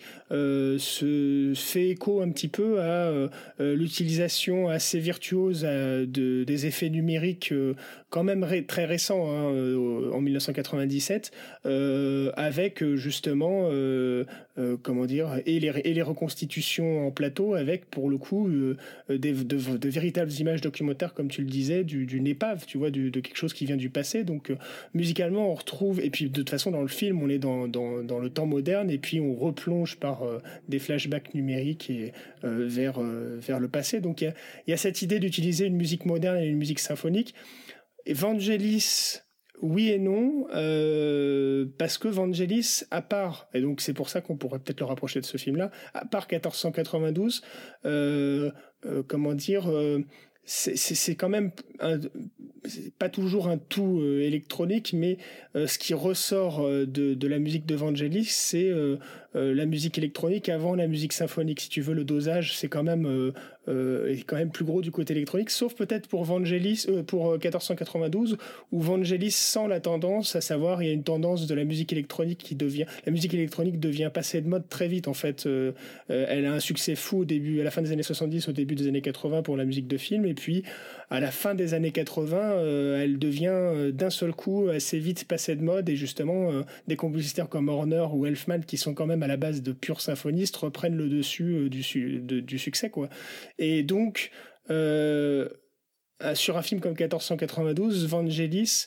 se fait écho un petit peu à l'utilisation assez virtuose des effets numériques quand même très récents, hein, en 1997, avec justement comment dire, et les reconstitutions en plateau, avec pour le coup de véritables images documentaires, comme tu le disais, d'une épave, tu vois, de quelque chose qui vient du passé. Donc musicalement on retrouve, et puis de toute façon dans le film on est dans le temps moderne, et puis on replonge par des flashbacks numériques et vers le passé. Donc il y a cette idée d'utiliser une musique moderne et une musique symphonique. Et Vangelis, oui et non, parce que Vangelis, à part, et donc c'est pour ça qu'on pourrait peut-être le rapprocher de ce film-là, à part 1492, comment dire, c'est quand même c'est pas toujours un tout électronique, mais ce qui ressort de la musique de Vangelis, c'est la musique électronique avant la musique symphonique. Si tu veux, le dosage, c'est quand même est quand même plus gros du côté électronique, sauf peut-être pour Vangelis, pour 1492, où Vangelis sent la tendance, à savoir, il y a une tendance de la musique électronique la musique électronique devient passée de mode très vite, en fait. Elle a un succès fou à la fin des années 70, au début des années 80 pour la musique de film, et puis à la fin des années 80, elle devient d'un seul coup assez vite passée de mode, et justement des compositeurs comme Horner ou Elfman, qui sont quand même à la base de purs symphonistes, reprennent le dessus du succès, quoi. Et donc sur un film comme 1492, Vangelis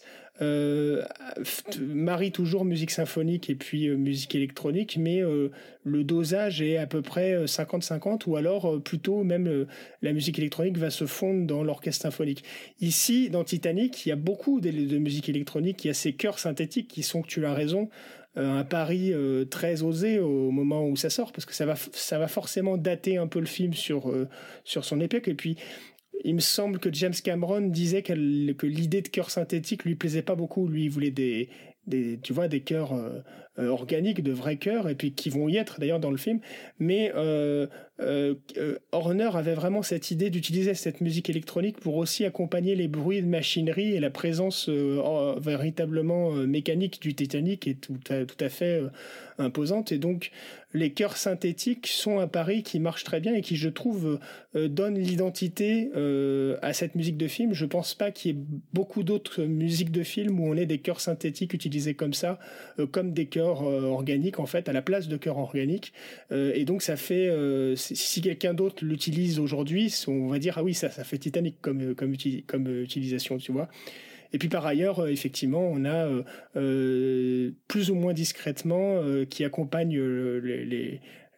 marie toujours musique symphonique et puis musique électronique, mais le dosage est à peu près 50-50, ou alors plutôt même la musique électronique va se fondre dans l'orchestre symphonique. Ici, dans Titanic, il y a beaucoup de musique électronique, il y a ces chœurs synthétiques qui sont, tu as raison, un pari très osé au moment où ça sort, parce que ça va forcément dater un peu le film sur son époque. Et puis il me semble que James Cameron disait que l'idée de chœur synthétique lui plaisait pas beaucoup. Lui, il voulait des chœurs organiques, de vrais chœurs, et puis qui vont y être d'ailleurs dans le film. Mais Horner avait vraiment cette idée d'utiliser cette musique électronique pour aussi accompagner les bruits de machinerie, et la présence véritablement mécanique du Titanic est tout à fait imposante. Et donc les chœurs synthétiques sont un pari qui marche très bien et qui, je trouve, donne l'identité à cette musique de film. Je pense pas qu'il y ait beaucoup d'autres musiques de film où on ait des chœurs synthétiques utilisés comme ça, comme des chœurs organiques, en fait, à la place de chœurs organiques. Et donc ça fait, si quelqu'un d'autre l'utilise aujourd'hui, on va dire, ah oui, ça fait Titanic comme utilisation, tu vois. Et puis par ailleurs, effectivement, on a plus ou moins discrètement qui accompagne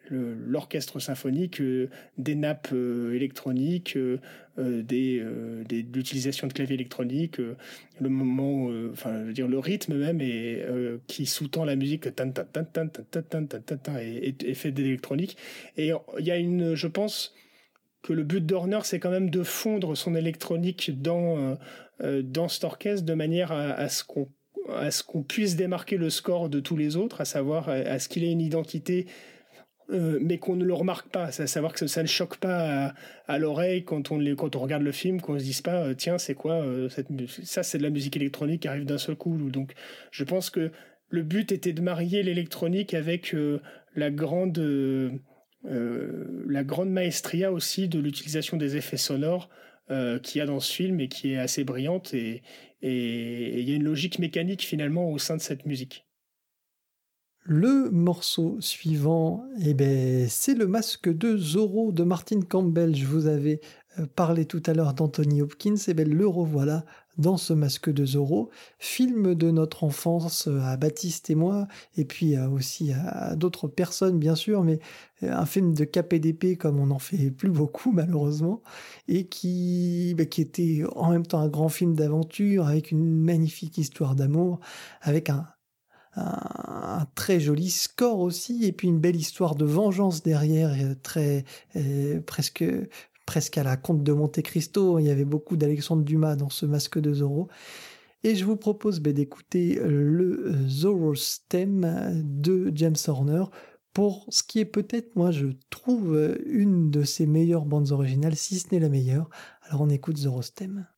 l'orchestre symphonique, des nappes électroniques, l'utilisation de claviers électroniques, le moment, enfin, je veux dire, le rythme même qui sous-tend la musique tan tan tan tan tan tan tan tan tan tan, et fait d'électronique. Et il y a je pense que le but d'Horner, c'est quand même de fondre son électronique dans cet orchestre de manière à ce qu'on puisse démarquer le score de tous les autres, à savoir à ce qu'il ait une identité, mais qu'on ne le remarque pas, à savoir que ça ne choque pas à l'oreille quand on regarde le film, qu'on se dise pas tiens, c'est quoi ça, c'est de la musique électronique qui arrive d'un seul coup. Donc je pense que le but était de marier l'électronique avec la grande maestria aussi de l'utilisation des effets sonores qu'il y a dans ce film, et qui est assez brillante, et il y a une logique mécanique finalement au sein de cette musique. Le morceau suivant, c'est Le Masque de Zorro de Martin Campbell. Je vous avais parlé tout à l'heure d'Anthony Hopkins, le revoilà dans Ce Masque de Zorro, film de notre enfance à Baptiste et moi, et puis aussi à d'autres personnes bien sûr, mais un film de KPDP comme on n'en fait plus beaucoup malheureusement, et qui était en même temps un grand film d'aventure avec une magnifique histoire d'amour, avec un très joli score aussi, et puis une belle histoire de vengeance derrière, presque à la Comte de Monte Cristo. Il y avait beaucoup d'Alexandre Dumas dans Ce Masque de Zorro. Et je vous propose d'écouter le Zorro's Theme de James Horner, pour ce qui est peut-être, moi je trouve, une de ses meilleures bandes originales, si ce n'est la meilleure. Alors on écoute Zorro's Theme.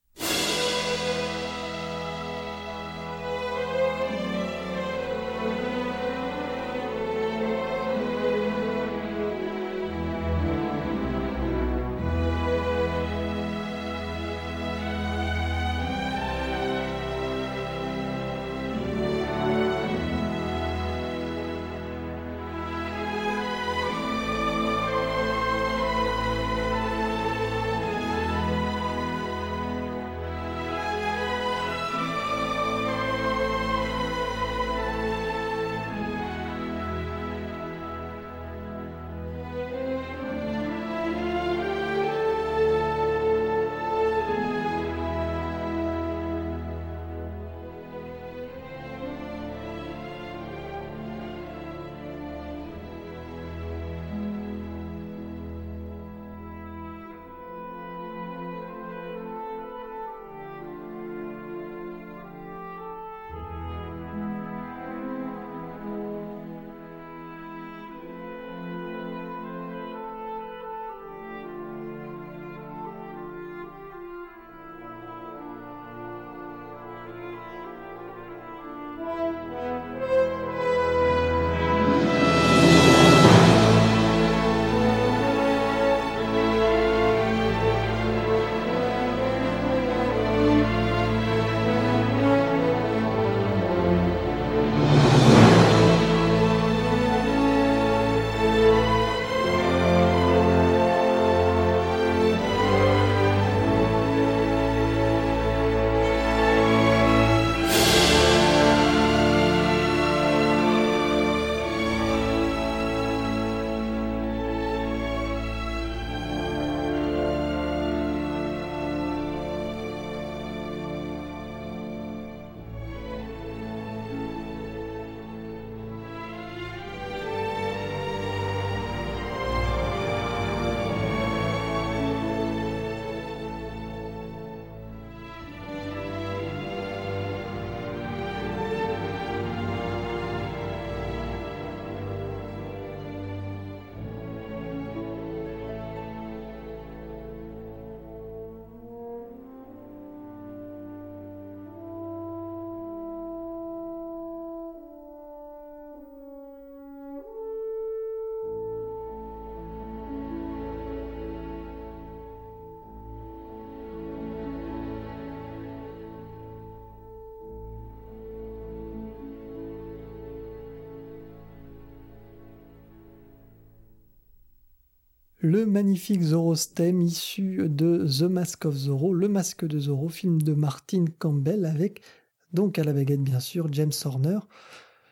Le magnifique Zorro's Theme issu de The Mask of Zorro, Le Masque de Zorro, film de Martin Campbell avec, donc à la baguette bien sûr, James Horner.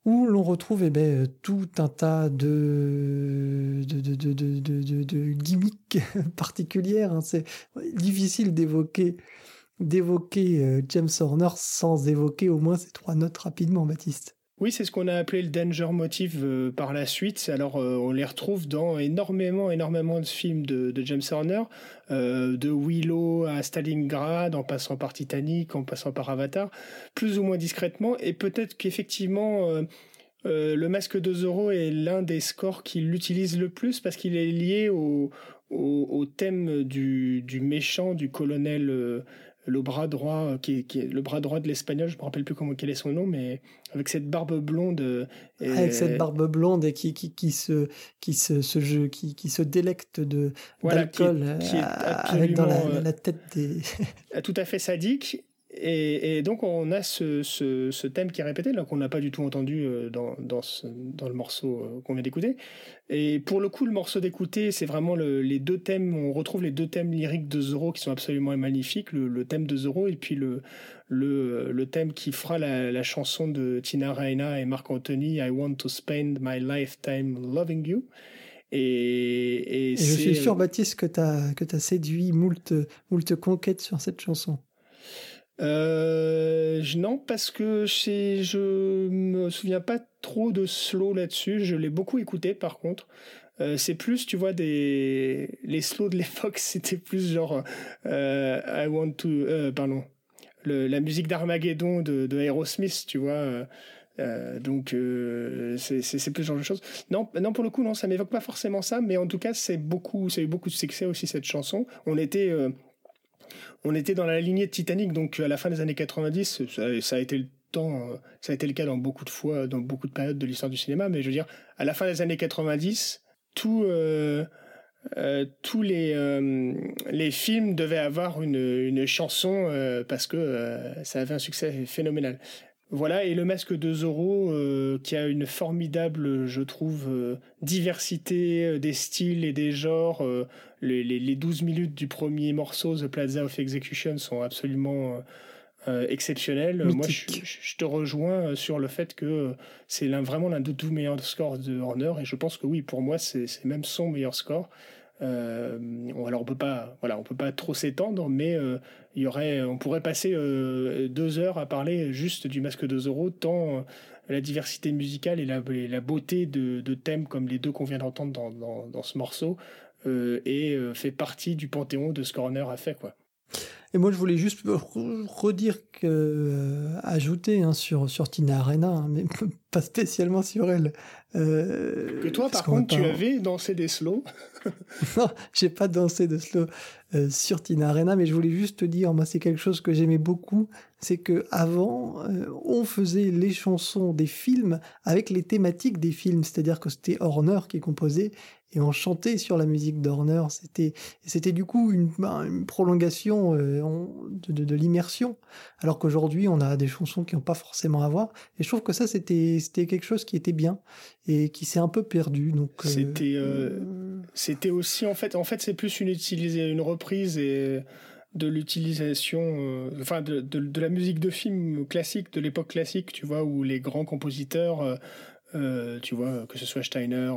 où l'on retrouve tout un tas de gimmicks particulières, hein. C'est difficile d'évoquer James Horner sans évoquer au moins ces 3 notes rapidement, Baptiste. Oui, c'est ce qu'on a appelé le danger motive par la suite. Alors, on les retrouve dans énormément de films de James Horner, de Willow à Stalingrad, en passant par Titanic, en passant par Avatar, plus ou moins discrètement. Et peut-être qu'effectivement, le Masque de Zorro est l'un des scores qu'il utilise le plus parce qu'il est lié au thème du méchant, du colonel... le bras droit qui est le bras droit de l'espagnol, je me rappelle plus quel est son nom, mais avec cette barbe blonde avec cette barbe blonde et qui se délecte d'alcool, qui est avec dans la tête des tout à fait sadique. Et donc on a ce thème qui est répété là, qu'on n'a pas du tout entendu dans le morceau qu'on vient d'écouter. Et pour le coup, le morceau d'écouter, c'est vraiment les 2 thèmes. On retrouve les 2 thèmes lyriques de Zorro qui sont absolument magnifiques, le thème de Zorro et puis le thème qui fera la chanson de Tina Reina et Marc Anthony, I Want to Spend My Lifetime Loving You. Et je suis sûr, Baptiste, que t'as séduit moult conquêtes sur cette chanson. Non, parce que je me souviens pas trop de slow là-dessus. Je l'ai beaucoup écouté, par contre. C'est plus, tu vois, les slows de l'époque, c'était plus genre I want to... pardon. La musique d'Armageddon de Aerosmith, tu vois. Donc c'est plus ce genre de choses. Non, pour le coup, non, ça m'évoque pas forcément ça, mais en tout cas, ça a eu beaucoup de succès aussi, cette chanson. On était dans la lignée de Titanic, donc à la fin des années 90, ça a été le cas dans beaucoup de périodes de l'histoire du cinéma, mais je veux dire, à la fin des années 90, tous les films devaient avoir une chanson parce que ça avait un succès phénoménal. Voilà, et le Masque de Zorro, qui a une formidable, je trouve, diversité des styles et des genres. Les 12 minutes du premier morceau, The Plaza of Execution, sont absolument exceptionnelles. Moi, je te rejoins sur le fait que c'est vraiment l'un des 12 meilleurs scores de Horner, et je pense que oui, pour moi, c'est même son meilleur score. Alors on peut pas trop s'étendre, mais on pourrait passer 2 heures à parler juste du Masque de Zorro, tant la diversité musicale et la beauté de thèmes comme les 2 qu'on vient d'entendre dans ce morceau fait partie du panthéon de ce qu'Horner a fait, quoi. Et moi, je voulais juste redire ajouter sur Tina Arena, hein, mais pas spécialement sur elle. Que toi, par contre, tu avais dansé des slows. Non, j'ai pas dansé de slow sur Tina Arena, mais je voulais juste te dire, moi, c'est quelque chose que j'aimais beaucoup, c'est que avant, on faisait les chansons des films avec les thématiques des films, c'est-à-dire que c'était Horner qui composait et on chantait sur la musique d'Horner. C'était du coup une prolongation de l'immersion, alors qu'aujourd'hui on a des chansons qui n'ont pas forcément à voir. Et je trouve que ça c'était quelque chose qui était bien et qui s'est un peu perdu. Donc c'était aussi en fait c'est plus une reprise et de l'utilisation de la musique de film classique de l'époque classique, tu vois, où les grands compositeurs tu vois, que ce soit Steiner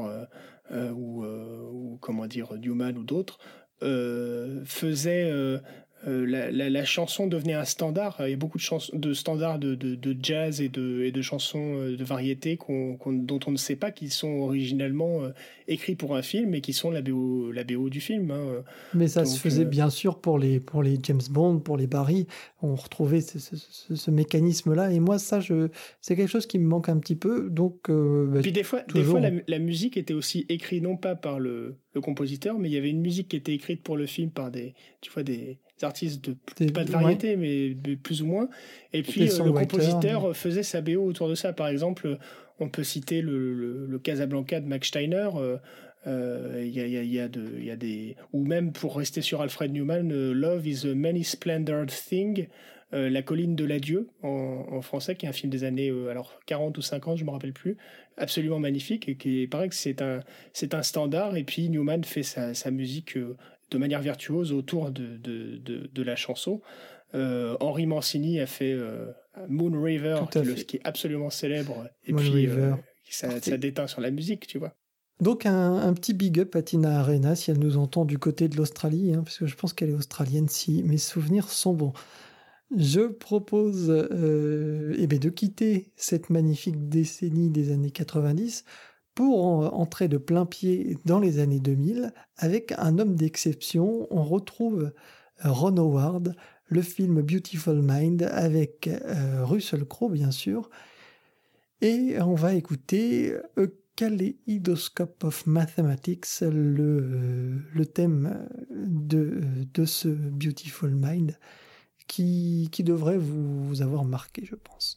ou comment dire, Newman ou d'autres faisaient la chanson devenait un standard. Il y a beaucoup de standards de jazz et de chansons de variété dont on ne sait pas qu'ils sont originellement écrits pour un film et qui sont la BO du film, hein. Mais ça se faisait bien sûr pour les James Bond, pour les Barry. On retrouvait ce mécanisme-là. Et moi, ça, c'est quelque chose qui me manque un petit peu. Donc, puis des fois la musique était aussi écrite non pas par le compositeur, mais il y avait une musique qui était écrite pour le film par des artistes pas de variété, mais plus ou moins. Et puis le compositeur faisait sa BO autour de ça. Par exemple, on peut citer le Casablanca de Max Steiner. Il y a des, ou même pour rester sur Alfred Newman, Love is a Many Splendored Thing, La colline de l'adieu en français, qui est un film des années 40 ou 50, je me rappelle plus, absolument magnifique, et qui paraît que c'est un standard. Et puis Newman fait sa musique de manière virtuose autour de la chanson. Henri Mancini a fait Moon River, qui est absolument célèbre. Et Moon puis, River. Ça déteint sur la musique, tu vois. Donc un petit big up à Tina Arena si elle nous entend du côté de l'Australie, parce que je pense qu'elle est australienne si mes souvenirs sont bons. Je propose de quitter cette magnifique décennie des années 90 pour entrer de plein pied dans les années 2000 avec un homme d'exception. On retrouve Ron Howard, le film Beautiful Mind avec Russell Crowe bien sûr, et on va écouter A Kaleidoscope of Mathematics, le thème de ce Beautiful Mind qui devrait vous avoir marqué, je pense.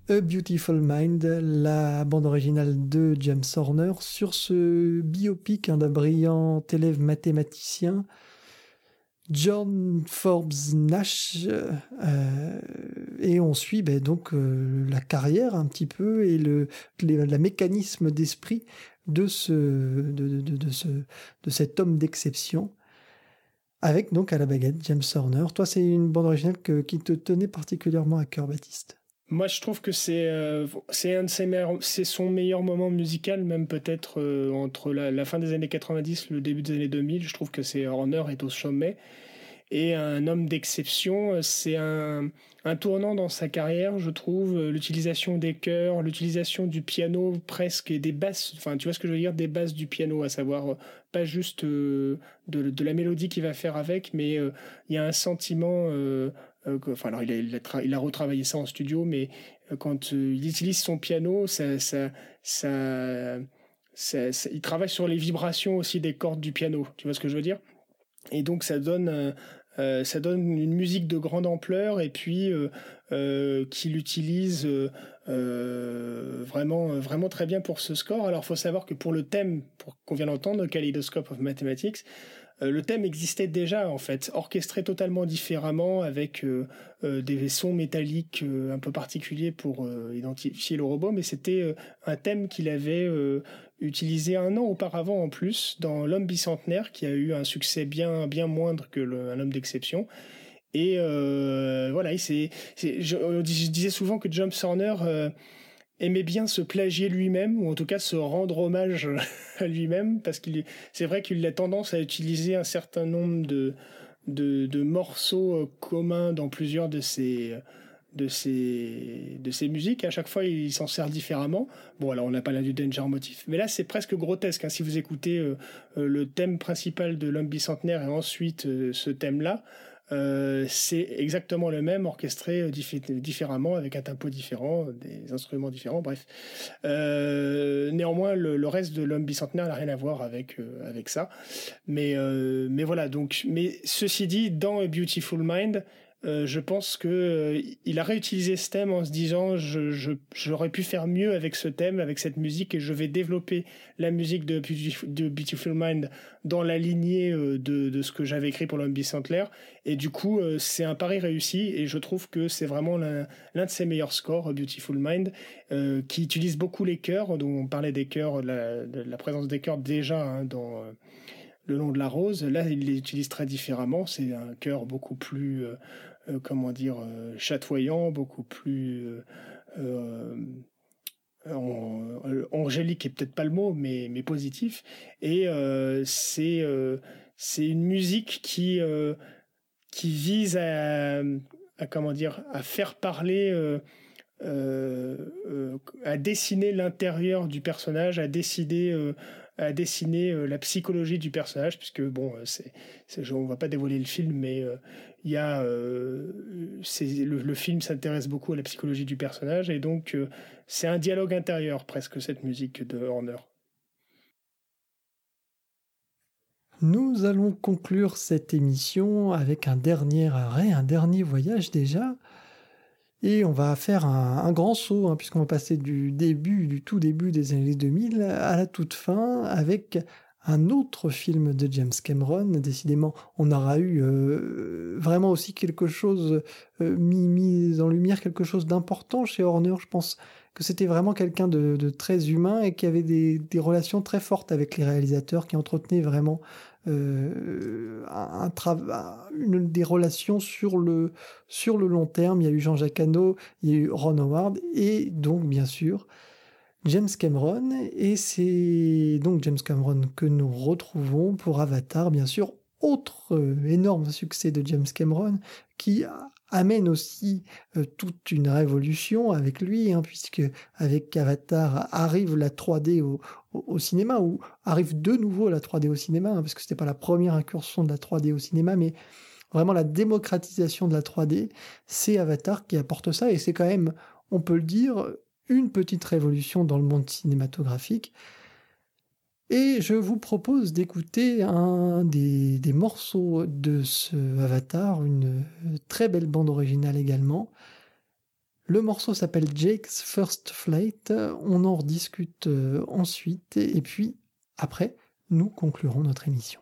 A Beautiful Mind, la bande originale de James Horner, sur ce biopic d'un brillant élève mathématicien, John Forbes Nash, et on suit donc la carrière un petit peu et la mécanisme d'esprit de cet homme d'exception, avec donc à la baguette James Horner. Toi, c'est une bande originale qui te tenait particulièrement à cœur, Baptiste? Moi, je trouve que c'est un de ses c'est son meilleur moment musical, même peut-être entre la fin des années 90, le début des années 2000. Je trouve que Horner est au sommet. Et un homme d'exception, c'est un tournant dans sa carrière, je trouve. L'utilisation des chœurs, l'utilisation du piano presque et des basses, enfin tu vois ce que je veux dire, des basses du piano, à savoir pas juste de la mélodie qu'il va faire avec, mais il y a un sentiment, enfin alors il a retravaillé ça en studio, mais quand il utilise son piano, il travaille sur les vibrations aussi des cordes du piano, tu vois ce que je veux dire? Et donc ça donne une musique de grande ampleur, et puis qu'il utilise vraiment très bien pour ce score. Alors il faut savoir que pour le thème qu'on vient d'entendre, Kaleidoscope of Mathematics, le thème existait déjà en fait, orchestré totalement différemment, avec des sons métalliques un peu particuliers pour identifier le robot, mais c'était un thème qu'il avait utilisé un an auparavant en plus dans L'Homme bicentenaire, qui a eu un succès bien moindre que Un homme d'exception. Et voilà, je disais souvent que James Horner aimait bien se plagier lui-même, ou en tout cas se rendre hommage à lui-même, parce c'est vrai qu'il a tendance à utiliser un certain nombre de morceaux communs dans plusieurs de ses musiques. À chaque fois, il s'en sert différemment. Bon, alors on n'a pas là du Danger Motif, mais là c'est presque grotesque, hein, si vous écoutez le thème principal de L'Homme bicentenaire et ensuite ce thème-là. C'est exactement le même, orchestré différemment, avec un tempo différent, des instruments différents, bref. Néanmoins, le reste de L'Homme bicentenaire n'a rien à voir avec ça. Mais voilà, donc, mais ceci dit, dans A Beautiful Mind, je pense que il a réutilisé ce thème en se disant j'aurais pu faire mieux avec ce thème, avec cette musique, et je vais développer la musique de Beautiful Mind dans la lignée de ce que j'avais écrit pour L'Homme bicentenaire. Et du coup, c'est un pari réussi, et je trouve que c'est vraiment l'un de ses meilleurs scores, Beautiful Mind, qui utilise beaucoup les chœurs, dont on parlait des chœurs, de la présence des chœurs déjà, hein, dans Le Long de la Rose. Là, il les utilise très différemment. C'est un chœur beaucoup plus chatoyant, beaucoup plus angélique est peut-être pas le mot, mais positif. Et c'est une musique qui vise à faire parler, à dessiner l'intérieur du personnage, à dessiner la psychologie du personnage, puisque bon, on va pas dévoiler le film, mais il y a le film s'intéresse beaucoup à la psychologie du personnage, et donc c'est un dialogue intérieur presque, cette musique de Horner. Nous allons conclure cette émission avec un dernier arrêt, un dernier voyage déjà. Et on va faire un grand saut, hein, puisqu'on va passer du tout début des années 2000 à la toute fin, avec un autre film de James Cameron. Décidément, on aura eu vraiment aussi quelque chose, mis en lumière, quelque chose d'important chez Horner. Je pense que c'était vraiment quelqu'un de très humain, et qui avait des relations très fortes avec les réalisateurs, qui entretenaient vraiment des relations sur le long terme. Il y a eu Jean-Jacques Hano, il y a eu Ron Howard, et donc bien sûr James Cameron. Et c'est donc James Cameron que nous retrouvons pour Avatar, bien sûr, autre énorme succès de James Cameron, qui amène aussi toute une révolution avec lui, hein, puisque avec Avatar arrive la 3D au cinéma, ou arrive de nouveau la 3D au cinéma, hein, parce que c'était pas la première incursion de la 3D au cinéma, mais vraiment la démocratisation de la 3D, c'est Avatar qui apporte ça, et c'est quand même, on peut le dire, une petite révolution dans le monde cinématographique. Et je vous propose d'écouter un des morceaux de ce Avatar, une très belle bande originale également. Le morceau s'appelle Jake's First Flight. On en rediscute ensuite. Et puis, après, nous conclurons notre émission.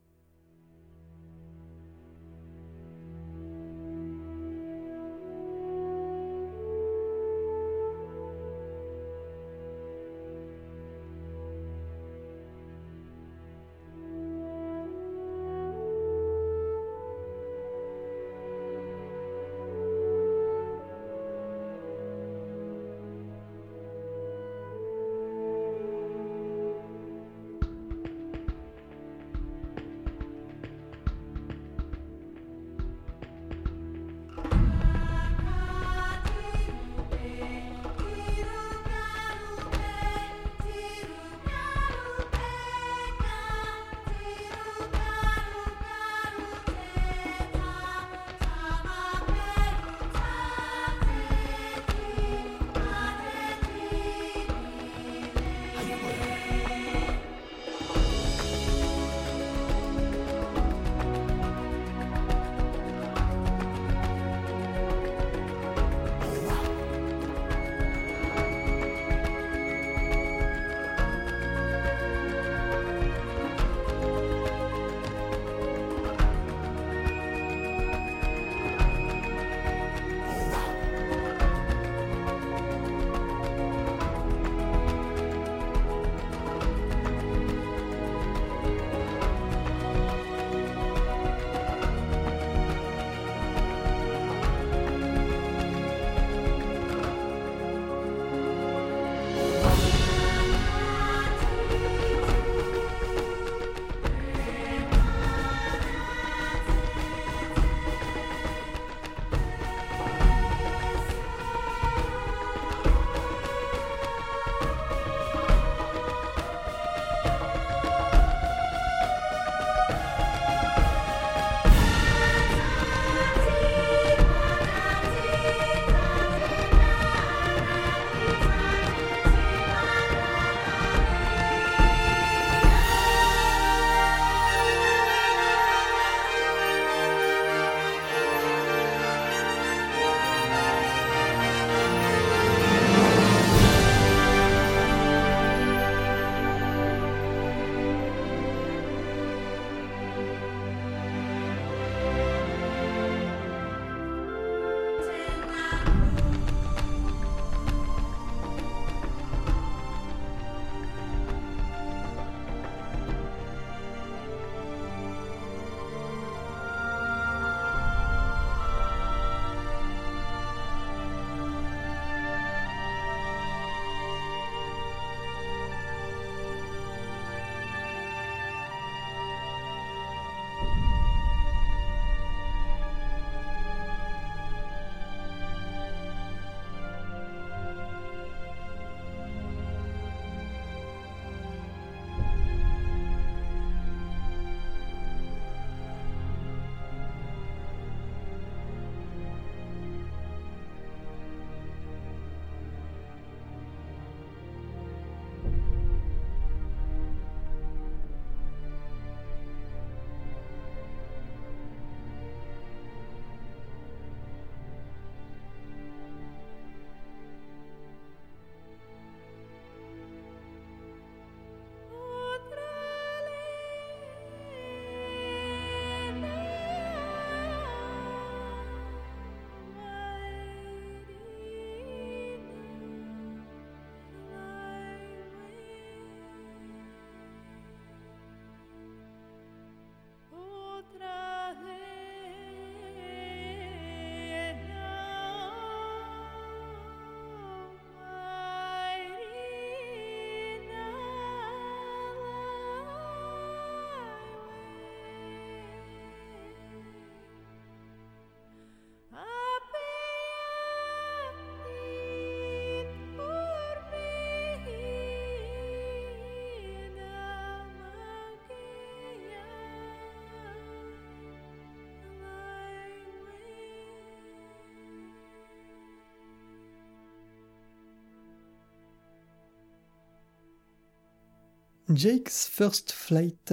Jake's First Flight,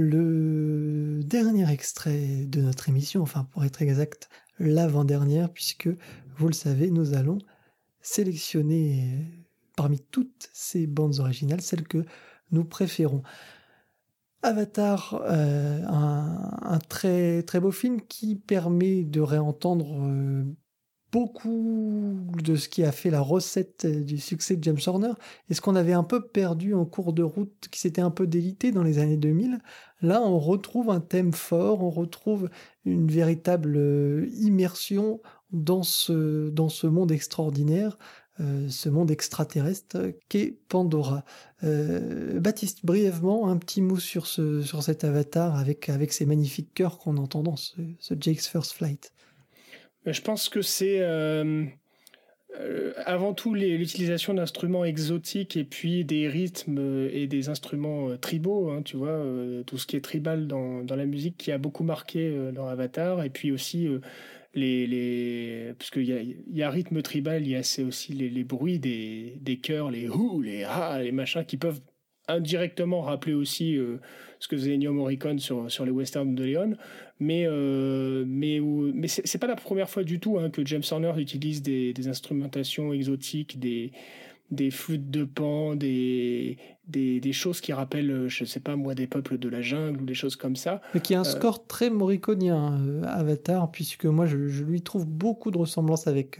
le dernier extrait de notre émission, enfin pour être exact, l'avant-dernière, puisque vous le savez, nous allons sélectionner parmi toutes ces bandes originales, celles que nous préférons. Avatar, un très, très beau film qui permet de réentendre beaucoup de ce qui a fait la recette du succès de James Horner et ce qu'on avait un peu perdu en cours de route, qui s'était un peu délité dans les années 2000. Là, on retrouve un thème fort, on retrouve une véritable immersion dans ce monde extraordinaire, ce monde extraterrestre qu'est Pandora. Baptiste, brièvement, un petit mot sur cet avatar avec ces magnifiques chœurs qu'on entend dans ce Jake's First Flight. Je pense que c'est avant tout l'utilisation d'instruments exotiques et puis des rythmes et des instruments tribaux, hein, tu vois, tout ce qui est tribal dans la musique qui a beaucoup marqué dans Avatar, et puis aussi parce qu'il y a rythme tribal, il y a aussi les bruits des chœurs, les hou, les ha, les machins qui peuvent indirectement rappeler aussi ce que faisait Ennio Morricone sur les westerns de Léon, mais c'est pas la première fois du tout, hein, que James Horner utilise des instrumentations exotiques, des flûtes de pan, des choses qui rappellent, je sais pas moi, des peuples de la jungle ou des choses comme ça. Mais qui a un score très morriconien, Avatar, puisque moi je lui trouve beaucoup de ressemblances avec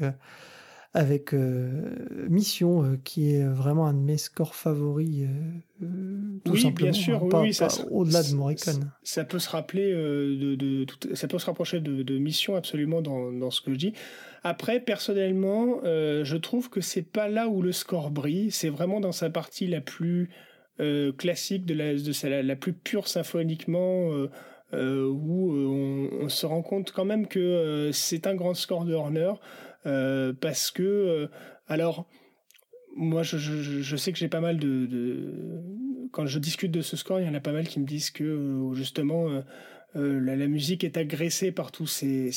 Mission, qui est vraiment un de mes scores favoris, tout oui, simplement. Bien sûr, hein, oui, pas au-delà de Morricone. Ça peut se rappeler ça peut se rapprocher de Mission absolument dans ce que je dis. Après, personnellement, je trouve que c'est pas là où le score brille, c'est vraiment dans sa partie la plus classique, la plus pure symphoniquement, où on se rend compte quand même que c'est un grand score de Horner, parce que alors moi je sais que j'ai pas mal quand je discute de ce score, il y en a pas mal qui me disent que justement la musique est agressée par tous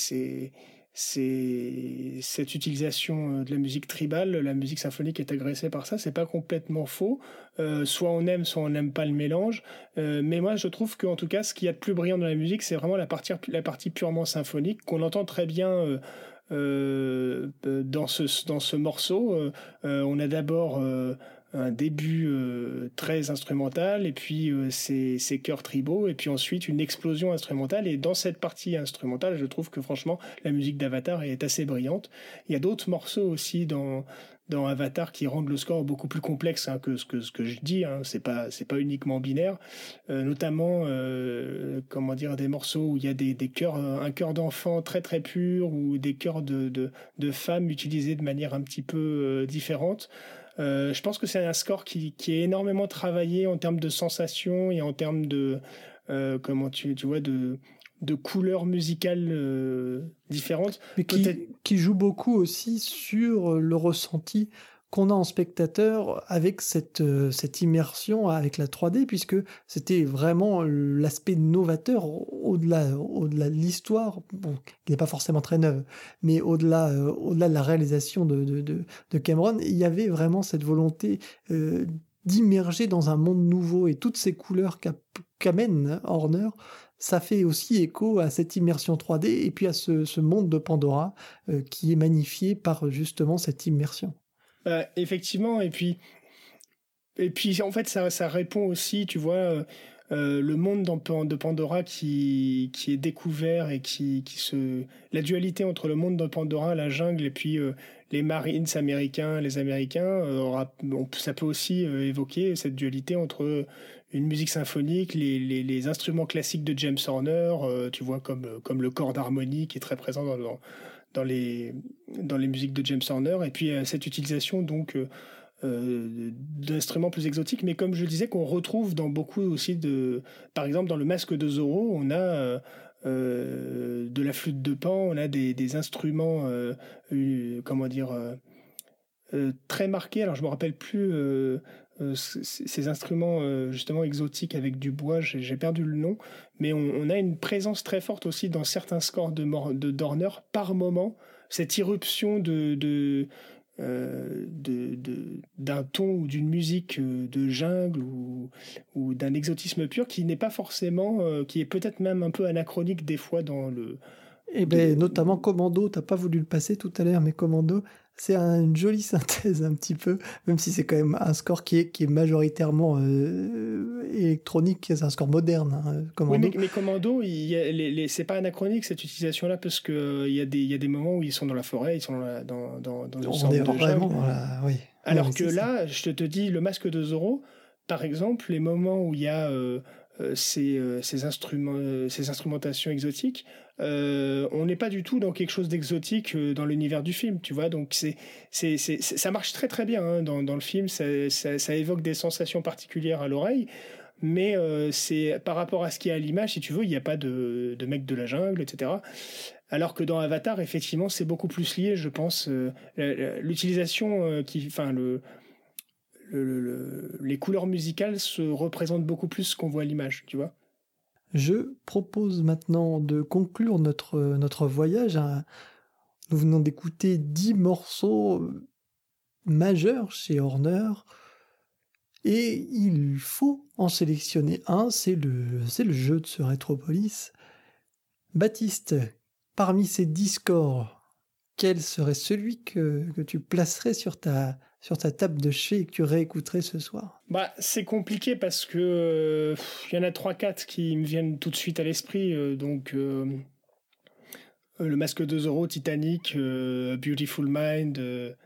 cette utilisation de la musique tribale, la musique symphonique est agressée par ça. C'est pas complètement faux. Soit on aime, soit on n'aime pas le mélange. Mais moi, je trouve qu'en tout cas, ce qu'il y a de plus brillant dans la musique, c'est vraiment la partie purement symphonique, qu'on entend très bien dans ce morceau. On a d'abord un début très instrumental, et puis ces chœurs tribaux, et puis ensuite une explosion instrumentale. Et dans cette partie instrumentale, je trouve que franchement la musique d'Avatar est assez brillante. Il y a d'autres morceaux aussi dans Avatar qui rendent le score beaucoup plus complexe, hein, que ce que je dis, hein. C'est pas uniquement binaire, notamment comment dire, des morceaux où il y a des chœurs, un chœur d'enfant très très pur, ou des chœurs de femmes utilisés de manière un petit peu différente. Je pense que c'est un score qui est énormément travaillé en termes de sensations et en termes de comment tu vois, de couleurs musicales différentes. Mais qui joue beaucoup aussi sur le ressenti qu'on a en spectateur avec cette immersion avec la 3D, puisque c'était vraiment l'aspect novateur au-delà de l'histoire, bon, qui n'est pas forcément très neuve, mais au-delà de la réalisation de Cameron, il y avait vraiment cette volonté d'immerger dans un monde nouveau, et toutes ces couleurs qu'amène Horner, ça fait aussi écho à cette immersion 3D et puis à ce monde de Pandora qui est magnifié par justement cette immersion. Effectivement, et puis en fait ça répond aussi, tu vois, le monde de Pandora qui est découvert, et la dualité entre le monde de Pandora, la jungle, et puis les Marines américains, les Américains, ça peut aussi évoquer cette dualité entre une musique symphonique, les instruments classiques de James Horner, tu vois, comme le chord d'harmonie qui est très présent dans les musiques de James Horner, et puis cette utilisation donc d'instruments plus exotiques, mais comme je disais, qu'on retrouve dans beaucoup aussi par exemple dans le Masque de Zorro, on a de la flûte de Pan, on a des instruments comment dire, très marqués. Alors je me rappelle plus ces instruments justement exotiques avec du bois, j'ai perdu le nom, mais on a une présence très forte aussi dans certains scores de Dorner par moment, cette irruption d'un ton ou d'une musique de jungle ou d'un exotisme pur qui n'est pas forcément, qui est peut-être même un peu anachronique des fois dans le... Et notamment Commando, t'as pas voulu le passer tout à l'heure, mais Commando, C'est une jolie synthèse un petit peu, même si c'est quand même un score qui est majoritairement électronique, c'est un score moderne, hein, Commando. Oui, mais Commando, c'est pas anachronique cette utilisation-là, parce que il y a des moments où ils sont dans la forêt, ils sont dans une sorte de jungle. Oui. Alors Oui, que là, je te dis, le masque de Zorro, par exemple, les moments où il y a ces instrumentations exotiques, on n'est pas du tout dans quelque chose d'exotique dans l'univers du film, tu vois. Donc ça marche très très bien hein, dans le film, ça évoque des sensations particulières à l'oreille, mais c'est par rapport à ce qu'il y a à l'image, si tu veux, il n'y a pas de mec de la jungle, etc. Alors que dans Avatar, effectivement, c'est beaucoup plus lié, je pense, l'utilisation les couleurs musicales se représentent beaucoup plus ce qu'on voit à l'image, tu vois. Je propose maintenant de conclure notre voyage. Nous venons d'écouter 10 morceaux majeurs chez Horner. Et il faut en sélectionner un, c'est le jeu de ce Rétropolis. Baptiste, parmi ces 10 scores, quel serait celui que tu placerais sur ta table de chevet et que tu réécouterais ce soir? Bah, c'est compliqué parce que y en a 3-4 qui me viennent tout de suite à l'esprit. Le Masque de Zorro, Titanic, Beautiful Mind,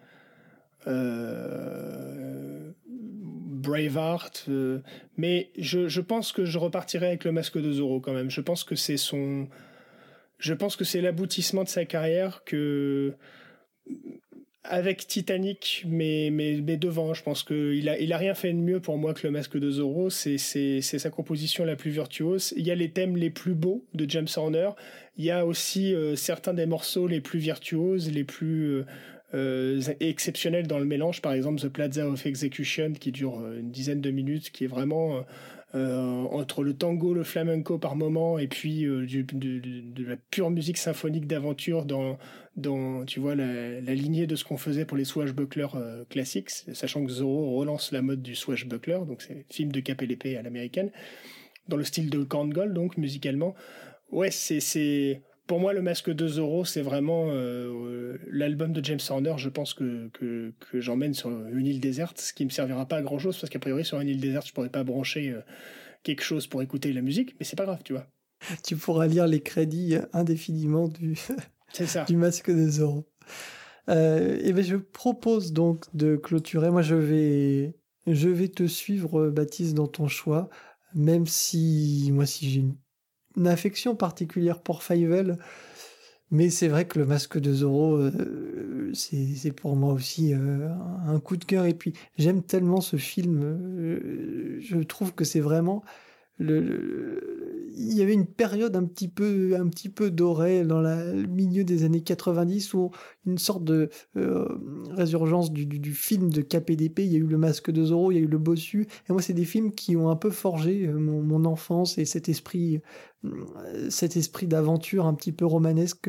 Braveheart. Mais je pense que je repartirai avec le Masque de Zorro quand même. Je pense que c'est l'aboutissement de sa carrière que avec Titanic, mais devant, je pense qu'il a rien fait de mieux pour moi que le Masque de Zorro. C'est sa composition la plus virtuose. Il y a les thèmes les plus beaux de James Horner. Il y a aussi certains des morceaux les plus virtuoses, les plus exceptionnels dans le mélange. Par exemple, The Plaza of Execution, qui dure une dizaine de minutes, qui est vraiment entre le tango, le flamenco par moment, et puis de la pure musique symphonique d'aventure dans tu vois, la lignée de ce qu'on faisait pour les swashbucklers classiques, sachant que Zorro relance la mode du swashbuckler, donc c'est film de cap et l'épée à l'américaine, dans le style de Korn Gold, donc musicalement. Ouais, c'est pour moi, le Masque de Zorro, c'est vraiment l'album de James Horner. Je pense que j'emmène sur une île déserte, ce qui me servira pas à grand chose, parce qu'a priori, sur une île déserte, je pourrais pas brancher quelque chose pour écouter la musique, mais c'est pas grave, tu vois. Tu pourras lire les crédits indéfiniment C'est ça. du Masque de Zorro. Et ben je propose donc de clôturer. Moi, je vais te suivre, Baptiste, dans ton choix, même si j'ai une affection particulière pour Fievel, mais c'est vrai que le Masque de Zorro, c'est pour moi aussi un coup de cœur. Et puis, j'aime tellement ce film, je trouve que c'est vraiment il y avait une période un petit peu dorée dans le milieu des années 90 où une sorte de résurgence du film de KPDP. Il y a eu le Masque de Zorro, il y a eu le Bossu, et moi c'est des films qui ont un peu forgé mon enfance et cet esprit d'aventure un petit peu romanesque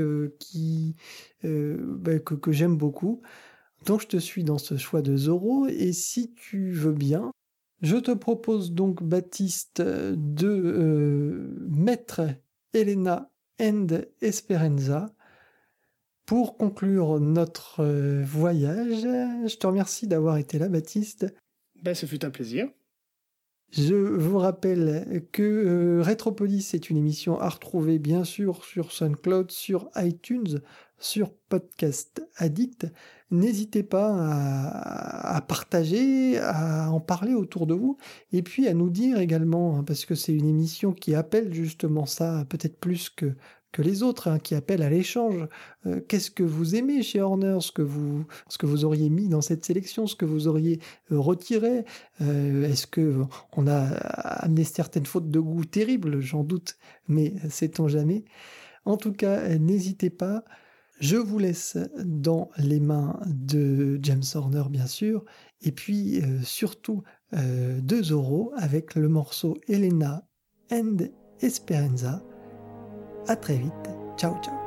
que j'aime beaucoup. Donc je te suis dans ce choix de Zorro, et si tu veux bien, je te propose donc, Baptiste, de mettre Elena and Esperanza pour conclure notre voyage. Je te remercie d'avoir été là, Baptiste. Ben, ce fut un plaisir. Je vous rappelle que Rétropolis est une émission à retrouver bien sûr sur SoundCloud, sur iTunes, sur Podcast Addict. N'hésitez pas à partager, à en parler autour de vous, et puis à nous dire également, hein, parce que c'est une émission qui appelle justement ça, peut-être plus que les autres, hein, qui appellent à l'échange. Qu'est-ce que vous aimez chez Horner, ce que vous auriez mis dans cette sélection, ce que vous auriez retiré. Est-ce que on a amené certaines fautes de goût terribles, j'en doute, mais sait-on jamais. En tout cas, n'hésitez pas. Je vous laisse dans les mains de James Horner, bien sûr, et puis surtout de Zorro avec le morceau Elena and Esperanza. À très vite. Ciao, ciao.